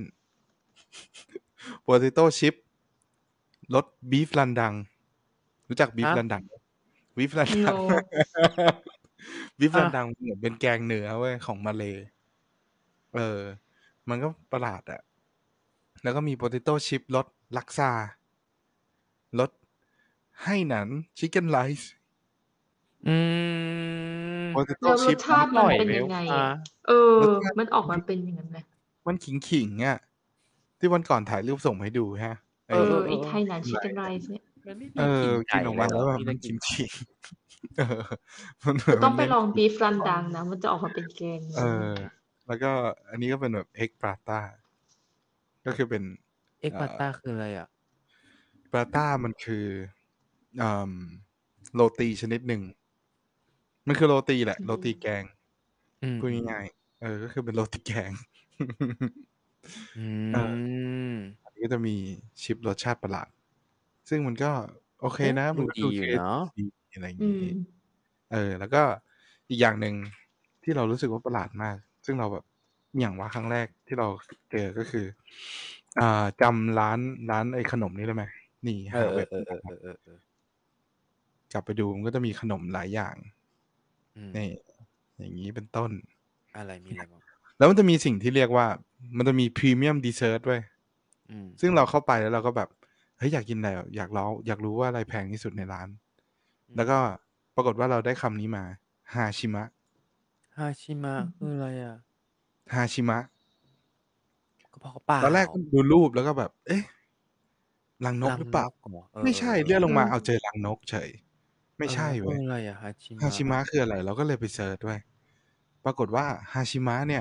potato chips รส beef rendang รู้จัก beef ฮะ? rendang ไหม? beef rendang No beef อา rendang เหมือนเป็นแกงเนื้อเว้ย ของมาเลย์ เออ มันก็ประหลาดอะ แล้วก็มี potato chips รสลักซา รสไหหนาน chicken rice อืม potato แล้วรส chips ชราอติมรั่นอยเป็นไหมยังไงวะ? อะ? เออรสชาติมันออกมาเป็นอย่างงั้นไหม? มันขิง ๆ อะ ที่วันก่อนถ่ายรูปส่งมาให้ดู ใช่เปล่า ไอเอ้เอออไอ้ไหหนาน chicken chicken rice อะ rice เนี่ยมันไม่เมอีกอลิ่นไกกิ่นออกเมลายเแหรอ? ล้วแบบมมีแตั่นขกลิ่นไก่ิง ๆ เออ มันเหมืคอือตนม้ัองไปลองนเล่นขิง beef rendang นะ มันจะออกมาเป็นแกงเอนี้อ แล้วก็อันนี้ก็เป็นแบบ egg prata ก็คือเป็น egg อ่า prata คืออะไรอะ? prata มันคือ อ่า โรตีชนิดหนึ่ง มันคือโรตีแหละอืโรตีมแกงอืพูดม ๆง่าย ๆ เออ ก็คือเป็น โรตีแกงอืเออมอันนี้ก็จะมีชิปรสชาติประหลาด ซึ่งมันก็โอเคเอ๊ะนะดมัูนก็ดดูีอคยูร่ีเอเนาทิฟะดี อะไรอย่าอืงงี้มเออ แล้วก็อีกอย่างหนึ่งที่เรารู้สึกว่าประหลาดมาก ซึ่งเราแบบ อิหยังวะ ครั้งแรกที่เราเจอ ก็คือ อ่า จำร้าน ร้านไอ้ขนมนี้ได้ไหม นี่เออหาเว็บๆ ๆ ๆ ๆ ๆกลับไปดูมันก็จะมีขนมหลายอย่างอืมนี่ อย่างงี้เป็นต้นอะไร มีอะไรบ้าง? แล้วมันจะมีสิ่งที่เรียกว่า มันจะมี Premium Dessert เว้ยอืมซึ่งเราเข้าไปแล้วเราก็แบบ เฮ้ย อยากกินอะไร อยากลอง อยากรู้ว่าอะไรแพงที่สุดในร้านอืแล้วมก็ปรากฏว่าเราได้คำนี้มา ฮาชิมะฮาชิมะอือคฮืึออะไรอะ? ฮาชิมะกระเพาะปลาตอนแรกเหรอ? ก็ดูรูปแล้วก็แบบ เอ๊ะ รังนรกังหรือเปล่านกเหรอ? เอไม่ใช่ เลื่อ ๆ ๆอนลงมาเอออ้าว เจอรังนกเฉย ไม่เออใช่เคืว้ยออะไรอะ ฮาชิฮามะ? ชิมะคืออะไร เราก็เลยไปเซิร์ชเว้ย ปรากฏว่าฮาชิมะเนี่ย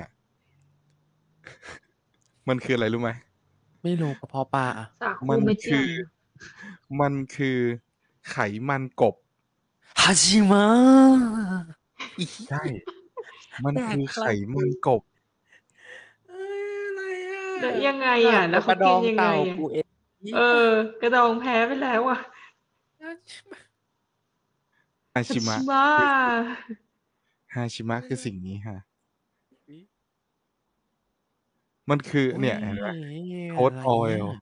มันคืออะไรรู้ไหม? ไม่รู้ กระเพาะปลาอะสาคูมันเม็ดคใหญื่อ มันคือไขมันกบฮาชิมะ อีเหี้ใช่ยมันคแดกือใคไขรมันกบเฮ้ย อะไรอะแล้วยังไงหนัอกะกวแล้ว่าเขกากระดินองเตยังไง่าอะ? กูอีก เหี้เอยอ กระดองแพ้ไปแล้วอะฮาชิมะฮาฮาชชิมิะมะคือสิ่ง ฮาชิมะเคือออสิ่งนี้ค่ะอุ๊ยมันคืออุ๊เนยี่ย เห็นไหมอะไร Toad เนี่ย Oil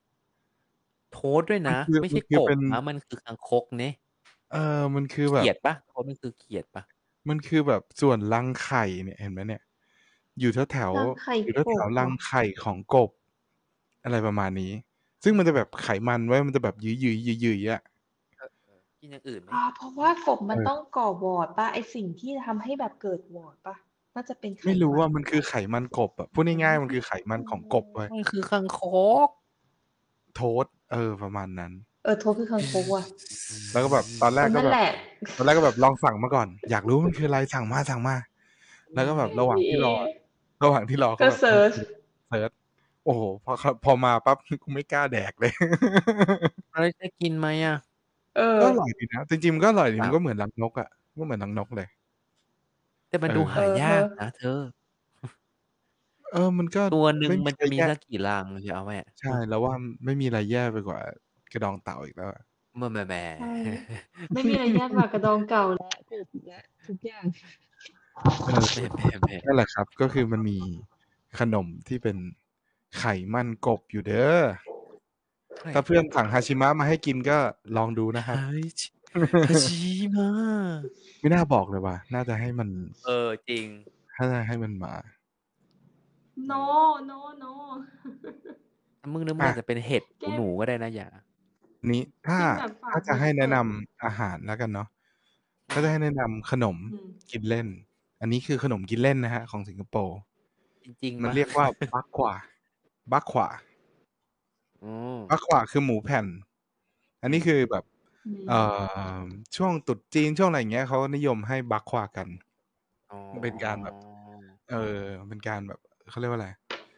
Toad ด้วยมันนะคือไม่ใมชั่นคือเป็นกบนะ มันคือคางคกเนะเออ มันคือเขแบบียดเปล่า? Toad มันคือเขียดเปล่า? มันคือแบบส่วนรังไข่เนี่ย เห็นไหมเนี่ย อยู่แถวรังไข่ๆ อยู่แถวกบเๆ รหัรอ? งไข่ของกบ อะไรประมาณนี้ ซึ่งมันจะแบบไขมันเว้ย มันจะแบบหยุย ๆ ๆ ๆ อะเออ ๆ กินอย่างอื่นไหม? อ๋อ เพราะว่ากบเมันออต้องก่อวอร์ตเปล่า ไอ้สิ่งที่ทำให้แบบเกิดวอร์ตเปล่า น่าจะเป็นไขไม่รู้มันอะ มันคือไขมันกบอะ พูดง่าย ๆ มันคือไขมันของกบเว้ยมันคือคางคก Toad เออ ประมาณนั้นเออ Toad คือคางคกว่ะแล้วก็แบบตอนแรเออกกน็ั่นแบแหบละตอนแรกก็แบบลองสั่งมาก่อน อยากรู้มันคืออะไร สั่งมา ๆ แล้วก็แบบระหว่างที่รออะ ระหว่างที่รอก็ก็แบบเซเอิอร์ชเซิร์ช โอ้โฮ พอ ค พอมาปั๊บ กูไม่กล้าแดกเลยเฮ้ย จะกินไหมอะ? เอก็ออร่อยดีนะ จริง ๆ มันก็อร่อยดีอ้มัาวนก็เหมือนรังนกอะ ก็เหมือนรังนกเลยแต่มัเนดูหออายอือฮึากนะเธอเออ มันก็ตัวหนึไ่มง่มมีันอะจไระมีแย่สักกี่รังจะเอาไหมอะ? ใช่ เราว่าไม่มีอะไรแย่ไปกว่ากระดองเต่าอีกแล้วอะม แหมใช่ๆไม่มีอะไรแย่กว่ากระดองเก่า และ กบ และ ทุกอย่างเออแหมนั่นแหละๆ ๆครับ ก็คือมันมีขนมที่เป็นไขมันกบอยู่เด้อไข่ถ้าเพื่อนสั่งฮาชิมะมาให้กินก็ลองดูนะคฮรับาชิ ฮาชิมะไม่น่าบอกเลยว่ะ น่าจะให้มันเออ จริงถ้าจะให้มันมาโนเออโน โนถ้ามึงนึก มึองอาจะจะเป็นเห็ดแหกูหนูก็ได้นะ อย่านี้ ถ้ากินแบบฝาถ้าจะบูให้ดแเนปะินดำอาหารแล้วกันเนาะอืมถ้าจะให้แนะนำขนมอืมกินเล่น อันนี้คือขนมกินเล่นนะครับของสิงคโปร์จริง ๆมเัปล่า? นเรียกว่า Bak-kwa Bak-kwa อืม Bak-kwa คือหมูแผ่น อันนี้คือแบบอืเอ่มอ ช่วงตรุษจีน ช่วงอะไรอย่างเงี้ย เขานิยมให้ Bak-kwa กันอ๋อเป็นการแบบ เออ เป็นการแบบ เขาเรียกว่าอะไร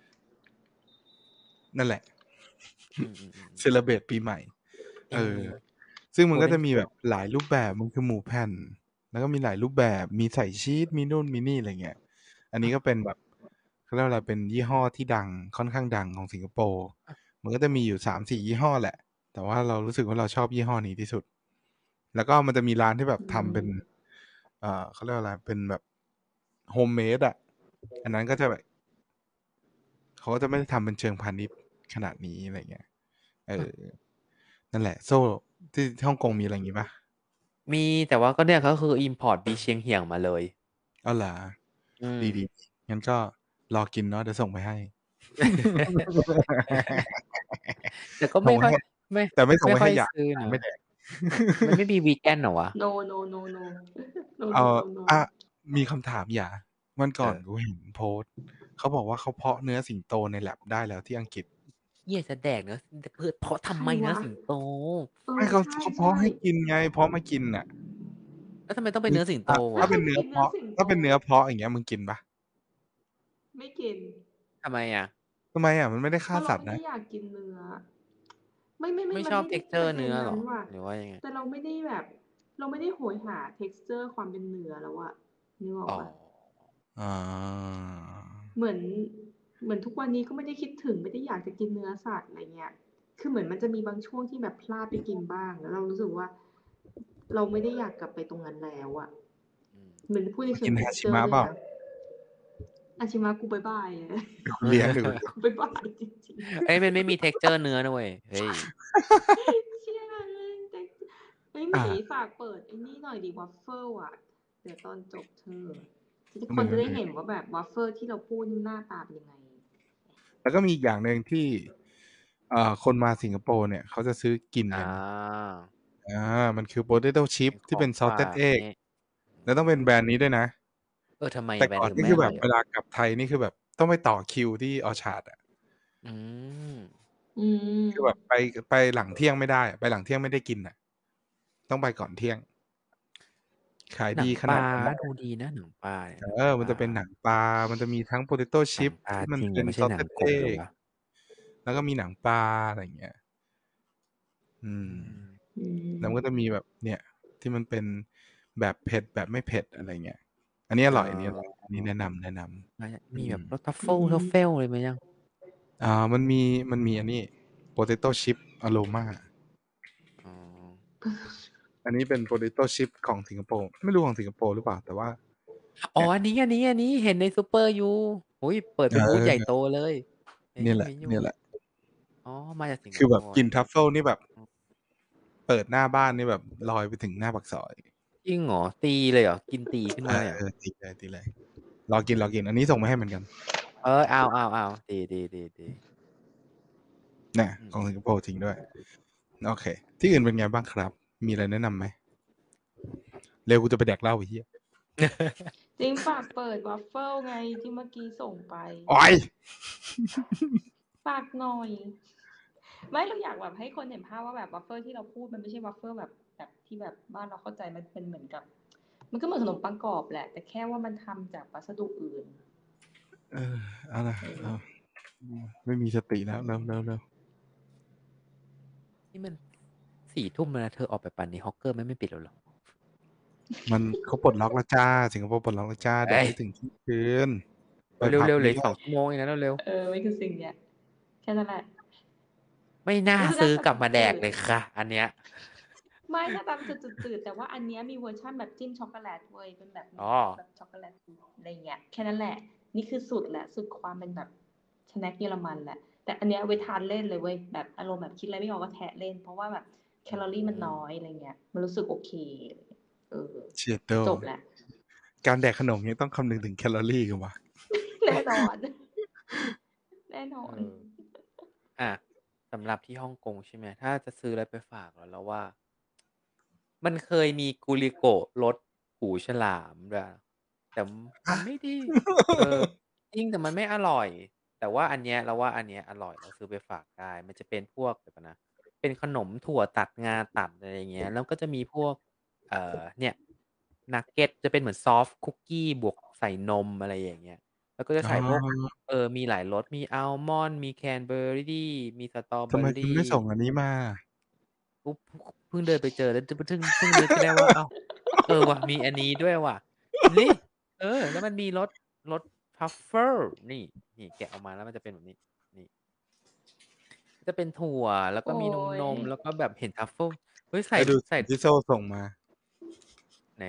นั่นแหละอืม ๆ ๆ ๆ celebrate ปีใหม่เเออออซึ่งมกัลนัวก็เป็จนะมีถั่แวบบหลายรูปแบบ มันคือหมูแผ่น แล้วก็มีหลายรูปแบบ มีใส่ชีส มีนู่นมีนี่ อะไรเงี้ย อันนี้ก็เป็นแบบ เขาเรียกว่าอะไร เป็นยี่ห้อที่ดัง ค่อนข้างดังของสิงคโปร์อะมันก็จะมีอยู่ สามสี่ ยี่ห้อแหละ แต่ว่าเรารู้สึกว่าเราชอบยี่ห้อนี้ที่สุด แล้วก็มันจะมีร้านที่แบบอืทำเป็นมเอ่อ เขาเรียกว่าอะไร เป็นแบบ Home-made อะ อันนั้นก็จะแบบ เขาก็จะไม่ได้ทำเป็นเชิงพาณิชย์ขนาดนี้ อะไรเงี้ย เออะอ นั่นแหละ โซ่ ที่ ที่ฮ่องกงมีอะไรงี้เปล่า? มี แต่ว่าก็เนี่ย ก็คือ import ปีเชียงเหี่ยงมาเลยอ้าว เหรอ? อืดีมๆ งั้นก็รอกินเนาะ เดี๋ยวส่งไปให้แต่ก็สไ่ม่งไปค่อใยห้ไม่แต่ไม่ส่ไงม่คไปใ่หอ้ยหยางซื้อหยาเงนาไะม่แดกมันไม่มี วีแกน เหรอวะ? No no no no no เอ่ no อ no no อะ มีคำถามหยา วันก่อนเออกูเห็นโพสต์ เขาบอกว่าเขาเพาะเนื้อสิงโตใน lab ได้แล้วที่อังกฤษเหี้ย จะแดกเนื้อ จะพืช เพาะทใคำรไมเวนื้อะ? สิงโต? เอไม่อเขาใเขาเพช่าะให้ๆกินไง เพาะมากินน่ะแล้วทำไมต้องเป็นมึเนงื้อสิงโตอะ ถ้าอะ? เป็นเนื้อกินเเพนื้อาะสิงโถ้าเป็นเนื้อตเพาะ อย่างเงี้ย มึงกินเปล่า? ไม่กินทำไมอะ? ทำไมอะ? มันไม่ได้ฆเพร่าาะเรสาัตไวม์่นได้ะอยากกินเนื้อ ไม่ ไม่ ไม่ไม่ชอบมันไม่ได้ปร texture ะเดเน็ื้นนอเัห้รอ? นว่ะหรือว่ายังไง? แต่เราไม่ได้แบบ เราไม่ได้โหยหา texture ความเป็นเนื้อแล้วอะ นึกอออ๋อกเปล่า? อ๋อเหมือน เหมือนทุกวันนี้ก็ไม่ได้คิดถึง ไม่ได้อยากจะกินเนื้อสัตว์ อะไรเงี้ย คือเหมือนมันจะมีบางช่วงที่แบบพลาดไปกินบ้าง แล้วเรารู้สึกว่า เราไม่ได้อยากกลับไปตรงนั้นแล้วอะอืมเหมือนพูดในมาเชิงกินฮาชิ texture มะเปล่า? ด้วยนะ ฮาชิมะกูบ๊ายบายเลยเดี๋ยวกูเลี้ยง เดี๋ยวกูเลี้ยงกูบ๊ายบายจริงเฮ้ยๆมันไม่มี texture เนื้อนะเว้ย เฮ้ยเชี่ย tex เฮ้ย หอมีาฝากเปิดไอ้นี่หน่อยดิ Waffle อะเดี๋ยวตอนจบเธอทุกไม่คนเป็นจะไรได้ไม่เป็นไรเห็นว่าแบบวาฟเฟิลที่เราพูดหน้าตาเป็นยังไงแล้วก็มีอีกอย่างหนึ่งที่เอ่อคนมาสิงคโปร์เนี่ยเขาจะซื้อกินอ่ากันอ่ามันคือ potato เป็ chip นขที่อเป็งนฝา salted ก egg งี้แล้วต้องเป็นแบรนด์นี้ด้วยนะเออ ทำไมแต่แบรนก่อด์นอื่นนี่ไม่คืออแบร่อบ ย เหรเวอ? ลากลับไทยนี่คือแบบต้องไปต่อคิวที่ Orchard อะอืมอืมคือแบบไป ไปหลังเที่ยงไม่ได้อะ ไปหลังเที่ยงไม่ได้กินน่ะ ต้องไปก่อนเที่ยง ขายหนัดีงขปลนาาดนั้นก็นะดูดีนะ หนังปลาเนี่ยเออหนังมันปลจะเป็นหนัางปลา มันจะมีทั้ง potato หนัง chip ปลาที่มันจริงเปอ็ะนไม่ใช่หนัง salted กบเหรอ egg วะ? แล้วก็มีหนังปลา อะไรอย่างเงี้ย อือืมมอืมแล้วมันก็จะมีแบบเนี่ยที่มันเป็นแบบเผ็ด แบบไม่เผ็ด อะไรเงี้ย อันนี้ออ๋ร่อย อันนี้อร่อย อันนี้อแนะนำ แนะนมาำ อมืีแบบมรสอื truffle ม truffle อะไรมายัง? อ่า มันมี มันมีอันนี้ potato chip aroma อ๋ออันนี้เป็น potato chip ของสิงคโปร์ ไม่รู้ของสิงคโปร์หรือเปล่า แต่ว่าอ๋อเนี่ยอันนี้ อันนี้ อันนี้ เห็นในซูเปอร์อยู่ อุ๊ย เปิดเเป็นบูธใหญ่ออโตเลย เห็นเนี่อยแูห่ละเห็นอยูเนี่ยแหละอ๋อ มาจากสิงคคือโแปบบร์กลิ่น truffle นี่แบบอือเปิดหน้าบ้านนี่แบบลอยไปถึงหน้าปากซอยจริงเหรอ? ตีเลยเหรอ? กินตีขึ้นเอมาเลยเหรอ? อ ๆ ตีเลย ๆ รอกิน รอกิน อันนี้ส่งมาให้เหมือนกันเออ เอา ๆ ๆ ดี ๆ ๆ ๆเนี่ยอืมของสิงคโปร์จริงด้วย โอเค ที่อื่นเป็นไงบ้างครับ มีอะไรแนะนำไหม? เร็ว กูจะไปแดกเหล้าไอ้เหี้ยจริง ฝากเปิดวาฟเฟิลไงที่เมื่อกี้ส่งไปโอ๊ยฝากหน่อย ไม่ เราอยากแบบให้คนเห็นภาพว่าแบบวาฟเฟิลที่เราพูดมันไม่ใช่วาฟเฟิลแบบ แบบที่แบบบ้านเราเข้าใจ มันเป็นเหมือนกับ มันก็เหมือนขนมปังกรอบแหละ แต่แค่ว่ามันทำจากวัสดุอื่นเออ เอาล่ะเอเอาออืม ไม่มีสติแล้ว เร็ว ๆ ๆนี่มัน สี่ ทุ่มแล้วนะ เธอออกไปป่านนี้ Hawker แม่งไม่ปิดแล้วเหรอ? มัน เขาปลดล็อกแล้วจ้า สิงคโปร์ปลดล็อกแล้วจ้าเแดฮ้ยกได้ถึงเที่ยงคืน ไปเร็วผับๆ ๆ เหลืนีอ่อีก็สอง ชั่วโมงเองนะ เร็ว ๆเออ ไม่คือสิ่งเนี้ย แค่นั้นแหละไม่น่ารู้สึกซืน่า้อจะกลับมาแดกจืดเลยค่ะ อันเนี้ยๆ ไม่ หน้าตามันจะจืด ๆ แต่ว่าอันเนี้ยมีเวอร์ชันแบบจิ้มช็อกโกแลตเว้ย เป็นแบบมีอ๋อแบบช็อกโกแลต อะไรอย่างเงี้ย แค่นั้นแหละ นี่คือสุดแล้ว สุดความเป็นแบบสแน็กเยอรมันแล้ว แต่อันเนี้ยเอาไว้ทานเล่นเลยเว้ย แบบอารมณ์แบบคิดอะไรไม่ออกก็แทะเล่น เพราะว่าแบบแคอืลอรีมันน้อมย อะไรเงี้ย มันรู้สึกโอเค เออ Cheeto จบแล้วการแดกขนมนี่ต้องคำนึงถึงแคลอรีกันวะแน่นอน แน่นอเอน อ อะ สำหรับที่ฮ่องกงใช่ไหม ถ้าจะซื้ออะไรไปฝากอะ เราว่า มันเคยมี Gunrico รสหูฉลามด้วย แต่มันไม่ได้ เออ จริง แต่มันไม่อร่อย แต่ว่าอันเนี้ย เราว่าอันเนี้ยอร่อย เราซื้อไปฝากได้ มันจะเป็นพวก เดี๋ยวก่อนนะ เป็นขนมถั่วตัดงาตัด อะไรอย่างเงี้ย แล้วก็จะมีพวก เอ่อ เนี่ย นักเกต จะเป็นเหมือนซอฟต์คุกกี้บวกใส่นม อะไรอย่างเงี้ย แล้วก็จะอ๋ใส่พวกอเออ มีหลายรส มีอัลมอนด์ มีแคนเบอร์รี มีสตรอเทบำอไมรคุณไม่ส่ีงอันนี้มาปุ๊บ พ เพิ่งเดินไปเจอ แล้ว จ เพิ่ง เพิ่งนึกขึ้นได้ว่า อ้าว เออว่ะ มีอันนี้ด้วยว่ะ นี่ เออ แล้วมันมีรส รส Truffle นี่ นี่แกะออกมาแล้วมันจะเป็นแบบนี้ นี่ จะเป็นถั่ว แล้วโกอ็๊มียนม ๆ แล้วก็แบบเห็น Truffle เฮ้ย ใสแ่ล้วดูใสส่ิ่งที่โซ่ส่งมาไหน?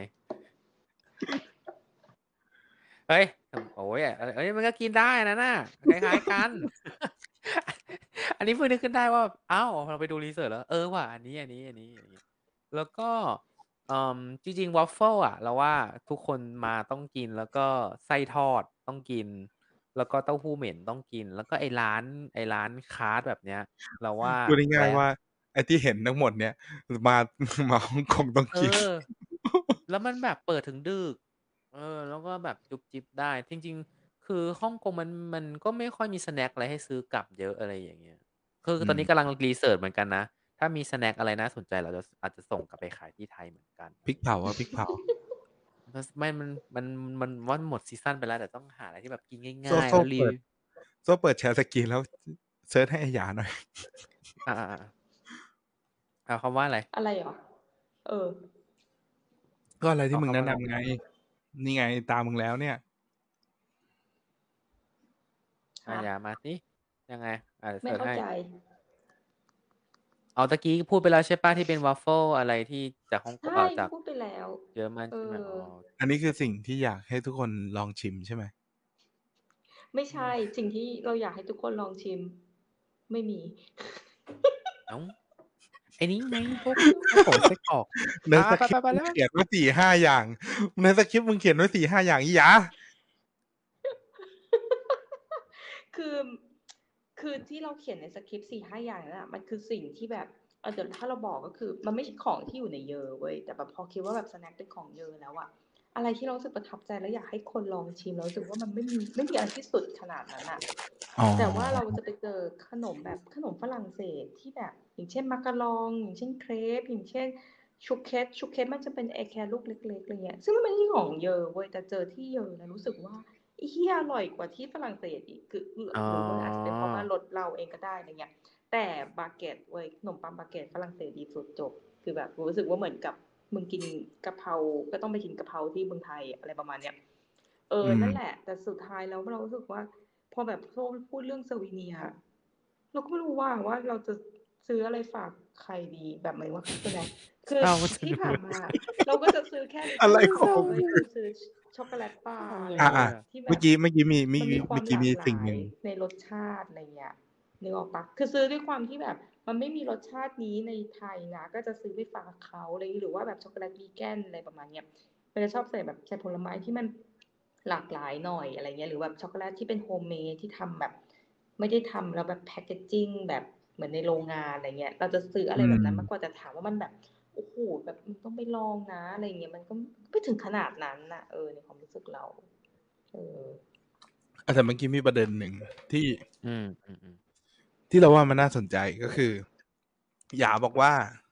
เฮ้ย ทำ โอ๊ย เออ เฮ้ย มันก็กินได้นั่นน่ะ คล้าย ๆ กัน อันนี้เพิ่งนึกขึ้นได้ว่า อ้าว เราไปดู รีเซิร์ช แล้ว เออว่ะ อันนี้ อันนี้ อันนี้ อย่างงี้ แล้วก็ เอ่อ จริง ๆ วาฟเฟิลอะ เราว่าทุกคนมาต้องกิน แล้วก็ไส้ทอดต้องกิน แล้วก็เต้าหู้เหม็นต้องกิน แล้วก็ไอ้ร้าน ไอ้ร้านคาร์ตแบบเนี้ย เราว่าพูดง่แาวย ๆะว่า ไอ้ที่เห็นทั้งหมดเนี่ย คือมา มาฮ่องกงต้องเอกินอ แล้วมันแบบเปิดถึงดึก เออ แล้วก็แบบจุบจิบได้ จริง ๆ คือฮ่องกงมัน มันก็ไม่ค่อยมีสแน็กอะไรให้ซื้อกลับเยอะ อะไรอย่างเงี้ย คืออืมตอนนี้กำลัง รีเซิร์ช เหมือนกันนะ ถ้ามีสแน็กอะไรน่าสนใจเราจะ ส อาจจะส่งกลับไปขายที่ไทยเหมือนกันพริกเผาอะ พริกเผาพ ส ไม่ มัน มัน มันว่าหมดซีซันไปแล้ว แต่ต้องหาอะไรที่แบบกินโซ่ง่ายโๆซแ้ล้วรีเปิด โซ่เปิดแชร์สกรีนแล้ว ซ เซิร์ชให้ไอ้หยาหน่อยอา ๆ ๆ ๆ เอาคำว่าอะไร? อะไรเหรอ? เออก็อะไรเทอี่าคมึงแำนว่ะาอนะไร? ำไง นี่ไงตามึงแล้วเนี่ยฮอาะ? หยามาสิ ยังไง? อา เดี๋ยวไมเส่ิร์ชเข้าให้ใจอ๋อ ตะกี้พูดไปแล้วใช่เปล่า ที่เป็นวาฟเฟิลอะไรที่จากฮ่องใชกง่เอ่อ จากพูดไปแล้วเยอรมันเอใช่ไหม? อ๋อออันนี้คือสิ่งที่อยากให้ทุกคนลองชิมใช่ไหม? ไม่ใช่ สิ่งที่เราอยากให้ทุกคนลองชิม ไม่มีอ้าว ไอ้อ้นี่ไงพวกไส้กรอกไส้กรอกในอ่าสไปคริไปปต์ไปมึงแล้วเขียนไว้ สี่ห้า อย่าง ในสคริปต์มึงเขียนไว้ สี่ห้า อย่างอีหยาคือ คือที่เราเขียนในสคริปต์ สี่ห้า อย่างนั้นน่ะ มันคือสิ่งที่แบบ เออ แต่ถ้าเราบอกก็คือ มันไม่ใช่ของที่อยู่ในเยอเว้ย แต่แบบพอคิดว่าแบบสแน็กเป็นของเยอแล้วอะ อะไรที่เรารู้สึกประทับใจแล้วอยากให้คนลองชิม เรารู้สึกว่ามันไม่มี ไม่มีอะไรที่สุดขนาดนั้นน่ะอ๋อแต่ว่าเราจะไปเจอขนมแบบขนมฝรั่งเศสที่แบบ อย่างเช่น มาการอง อย่างเช่น เครป อย่างเช่น ชูเคต ชูเคตมันจะเป็น eclair ลูกเล็ก ๆ อะไรเงี้ย ซึ่งมันไม่ใช่ของเยอเว้ย แต่เจอที่เยอแล้วรู้สึกว่า ไอ้เหี้ย อร่อยกว่าที่ฝรั่งเศสอีก คือ หรืออ๋อหรือมันอาจจะเป็นเพราะว่ารสเราเองก็ได้ อะไรเงี้ย แต่บาเกตเว้ย ขนมปังบาเกตฝรั่งเศสดีสุด จบ คือแบบรู้สึกว่าเหมือนกับมึงกินกะเพรา ก็ต้องไปกินกะเพราที่เมืองไทยอะ อะไรประมาณเนี้ย เอออืนั่นมแหละ แต่สุดท้ายแล้วเรารู้สึกว่า พอแบบโซ่พูดเรื่องเซอร์วิเนียร์อะ เราก็ไม่รู้ว่า ว่าเราจะซื้ออะไรฝากใครดี แบบหมายถึงว่าสแน็ก คือเศร้าจัที่งผ่าเลนยมาอะ เราก็จะซื้อแค่อะไร Little ขอ Deer งเว้มึยงคือซื้อช็อกโกแลตบาร์ อะไรอาเงี้ย ที่ๆแบเมื่อบ กี้ เมื่อกี้มี มีมันมีควาเมื่มอหกี้ลามีกหสิ่งลาหนึ่ยงในรสชาติ อะไรเงี้ย นึกออกเปล่า? คือซื้อด้วยความที่แบบมันไม่มีรสชาตินี้ในไทยนะ ก็จะซื้อไปฝากเขา อะไรงี้ หรือว่าแบบช็อกโกแลต Vegan อะไรประมาณเนี้ย เราจะชอบใส่แบบ ใส่ผลไม้ที่มันหลากหลายหน่อย อะไรเงี้ย หรือแบบช็อกโกแลตที่เป็น Homemade ที่ทำแบบ ไม่ได้ทำแล้วแบบ packaging แบบเหมือนในโรงงาน อะไรเงี้ย เราจะซื้ออะอืไรแบบนั้นมากมกว่า แต่ถามว่ามันแบบ โอ้โฮ แบบมึงต้องไปลองนะ อะไรเงี้ย มันก็ไม่ถึงขนาดนั้นน่ะ เออ ในความรู้สึกเรา เอออา แต่เมื่อกี้มีประเด็นหนึ่งที่อืม อือ ๆที่เราว่ามันน่าสนใจ ก็คือ หยาบอกว่า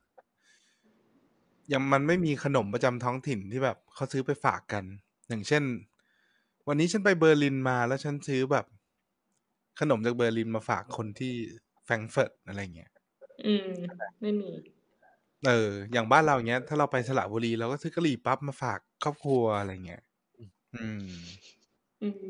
ยัง มันไม่มีขนมประจำท้องถิ่นที่แบบเขาซื้อไปฝากกัน อย่างเช่น วันนี้ฉันไปเบอร์ลินมา แล้วฉันซื้อแบบขนมจากเบอร์ลินมาฝากคนที่แฟรงก์เฟิร์ต อะไรเงี้ยอืม ไม่มีเออ อย่างบ้านเรา อย่างเงี้ย ถ้าเราไปสระบุรี เราก็ซื้อกะหรี่ปั๊บมาฝากครอบครัว อะไรเงี้ยอืมอืมอืม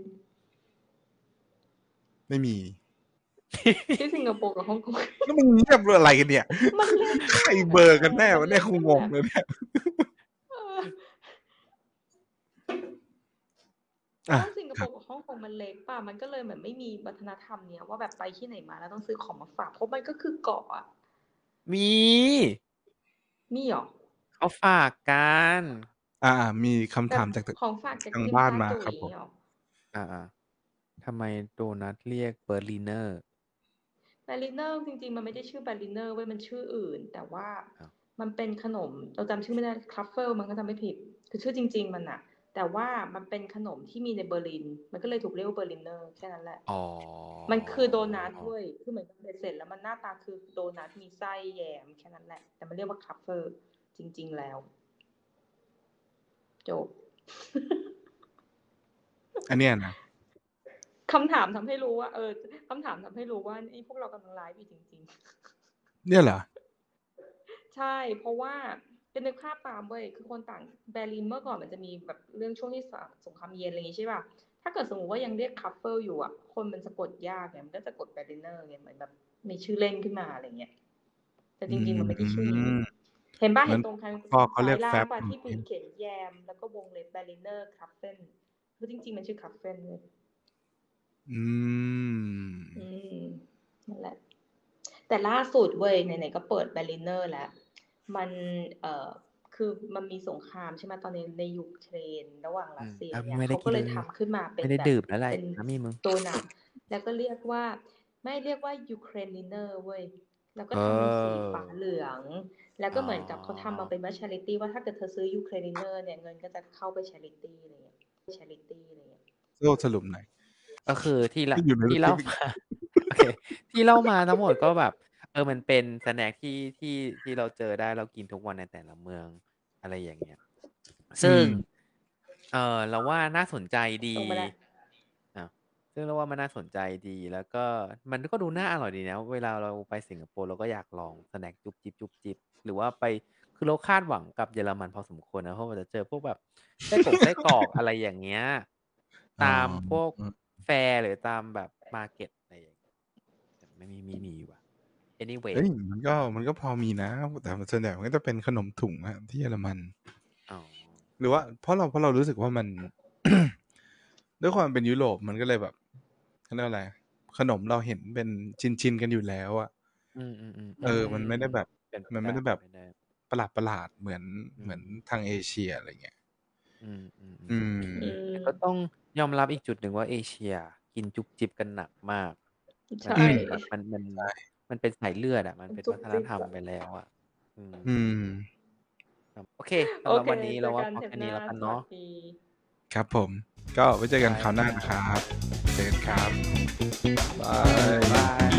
ไม่มีที่สิงคโปร์กับฮ่องกงแล้วมึงเงียบ อะไรกันเนี่ยมันเล็กใครมากเบลอ กันแน่มัวะนเนเี่ล็ย กูงกจนแบงบเลยเนี่ยเออ เพอราาะว่าสิงคครโปับร์กับฮ่องกงมันเล็กเปล่า มันก็เลยเหมือนไม่มีวัฒนธรรมเนี้ย ว่าแบบไปที่ไหนมาแล้วต้องซื้อของมาฝาก เพราะมันก็คือเกาะอะมีมีเหรอ? เขาฝากกันอา ๆ มีคำแบถาบมจาก ทของฝากจากทาง Tim บ้าน มา Tart ครับอย่าผมงงี้เหรอ? อา ๆ ทำไมโดนัตเรียก Berliner Berliner จริง ๆ มันไม่ได้ชื่อ Berliner เว้ย มันชื่ออื่น แต่ว่าอ้าวมันเป็นขนม เราจำชื่อไม่ได้ Truffle มั้ง ถ้าจำไม่ผิด คือชื่อจริง ๆ มันน่ะ แต่ว่ามันเป็นขนมที่มีในเบอร์ลิน มันก็เลยถูกเรียกว่า Berliner แค่นั้นแหละอ๋อมันคือโดนัตเว้ย คือเหมือนเบ็ดเสร็จแล้วมันหน้าตาคือโดนัตมีไส้แยม แค่นั้นแหละ แต่มันเรียกว่า Truffle จริง ๆ แล้ว จบอันเนี้ยนะคำถามทำให้รู้ว่า เออ คำถามทำให้รู้ว่า นี่พวกเรากำลังไลฟ์อยู่จริง ๆเนี่ยเหรอ? ใช่ เพราะว่า คือนึกภาพตามเว้ย คือคนต่าง เบอร์ลินเมื่อก่อนมันจะมีแบบเรื่องช่วงที่สะ สงครามเย็น อะไรงี้ ใช่เปล่า ถ้าเกิดสมมุติว่ายังเรียก Truffle อยู่อะ คนมันสะกดยากไง มันก็จะกด Berliner ไง เหมือนแบบมีชื่อเล่นขึ้นมา อะไรเงี้ย แต่อืจริง ๆ มันไม่ได้ชื่อนี้มเห็นเปล่าเหมเืห็อนนตรงทางพ่อเขทางซา้เารียกยล่างเปล่า Frappe ที่มีเขียนแยม แล้วก็วงเล็บ Berliner Truffle คือจริง ๆ มันชื่อ Truffle เว้ยอืมอืม นั่นแหละ แต่ล่าสุดเว้ย ไหน ๆ ก็เปิด Berliner แล้ว มัน เอ่อ คือมันมีสงครามใช่ไหม ตอนนี้ในยูเครนระหว่างอรืัมสเซียอ้าวเนี่ยไม่เไขด้ากก็ินเลเลยยทำขึ้นมาเไปม็่นได้แบบดื่มแล้วแหละเป็นสามีมึงโดนัต แล้วก็เรียกว่า ไม่เรียกว่า Ukraininer เว้ย แล้วก็เอทำเป็นสีฟ้าอเหลือง แล้วอก๋็อเหมือนกับเขาทำมาเป็นว่า charity ว่าถ้าเกิดเธอซื้อ Ukraininer เนี่ย เงินก็จะเข้าไป charity อะไรเงี้ย charity อะไรเงี้ยโซ่สรุปหน่อยก็คือที่เล่าที่อยู่ในที่สคเรล่ิาปต์อีกมา โอเค ที่เล่ามาทั้งหมดก็แบบ เออ มันเป็นสแน็กที่ ที่ ที่เราเจอได้ เรากินทุกวันในแต่ละเมือง อะไรอย่างเงี้ยอซืึ่งมเอ่อ เราว่าน่าสนใจดีส่งไปแล้วอ้าว ซึ่งเราว่ามันน่าสนใจดี แล้วก็มันก็ดูน่าอร่อยดีนะ เวลาเราไปสิงคโปร์เราก็อยากลองสแน็กจุบจิบ ๆ หรือว่าไป คือเราคาดหวังกับเยอรมันพอสมควรนะ เพราะว่าจะเจอพวกแบบไส้กงไส้กรอก อะไรอย่างเงี้ยอ๋อตามพวกอืมแฟร์ หรือตามแบบมาร์เก็ต อะไรอย่าง แต่ไม่มี ไม่มีว่ะเฮ้ anyway ย มันก็ มันก็พอมีนะ แต่ส่วนใหญ่มันก็จะเป็นขนมถุงอะที่เยอรมันอ๋อหรือว่า เพราะเรา เพราะเรารู้สึกว่ามัน ด้วยความเป็นยุโรปมันก็เลยแบบ เขาเรียกว่าอะไร ขนมเราเห็นเป็นชิน ๆ กันอยู่แล้วอะอืมเออ มันไม่ได้ๆ ๆแบบเป็นไปมันได้ไม่ได้เป็แบนบไปได้ประหลาด ๆ เหมือนอืเหมือนมทางเอเชีย อะไรเงี้ยอืมอืๆ ๆมอืแต่มก็ต้องยอมรับอีกจุดหนึ่งว่า เอเชียกินจุ๊บจิ๊บกันหนักมากใชมัน่เป็นแบบ มัน มันใช่มันเป็นสายเลือดอะ มันมันเป็นจุ๊วับฒนจิ๊บธรรมอะไปแล้วอะ อืมอืมครับ โอเค สำโอหรับเควันนี้เจเราอว่ากันพอเทแค่ป หน้านี้แล้วกันสเนวัาะสดีครับผม ก็ไว้เจอกันได้คราวหน้าคนะรัครับบเจอกันครับ บาบายยย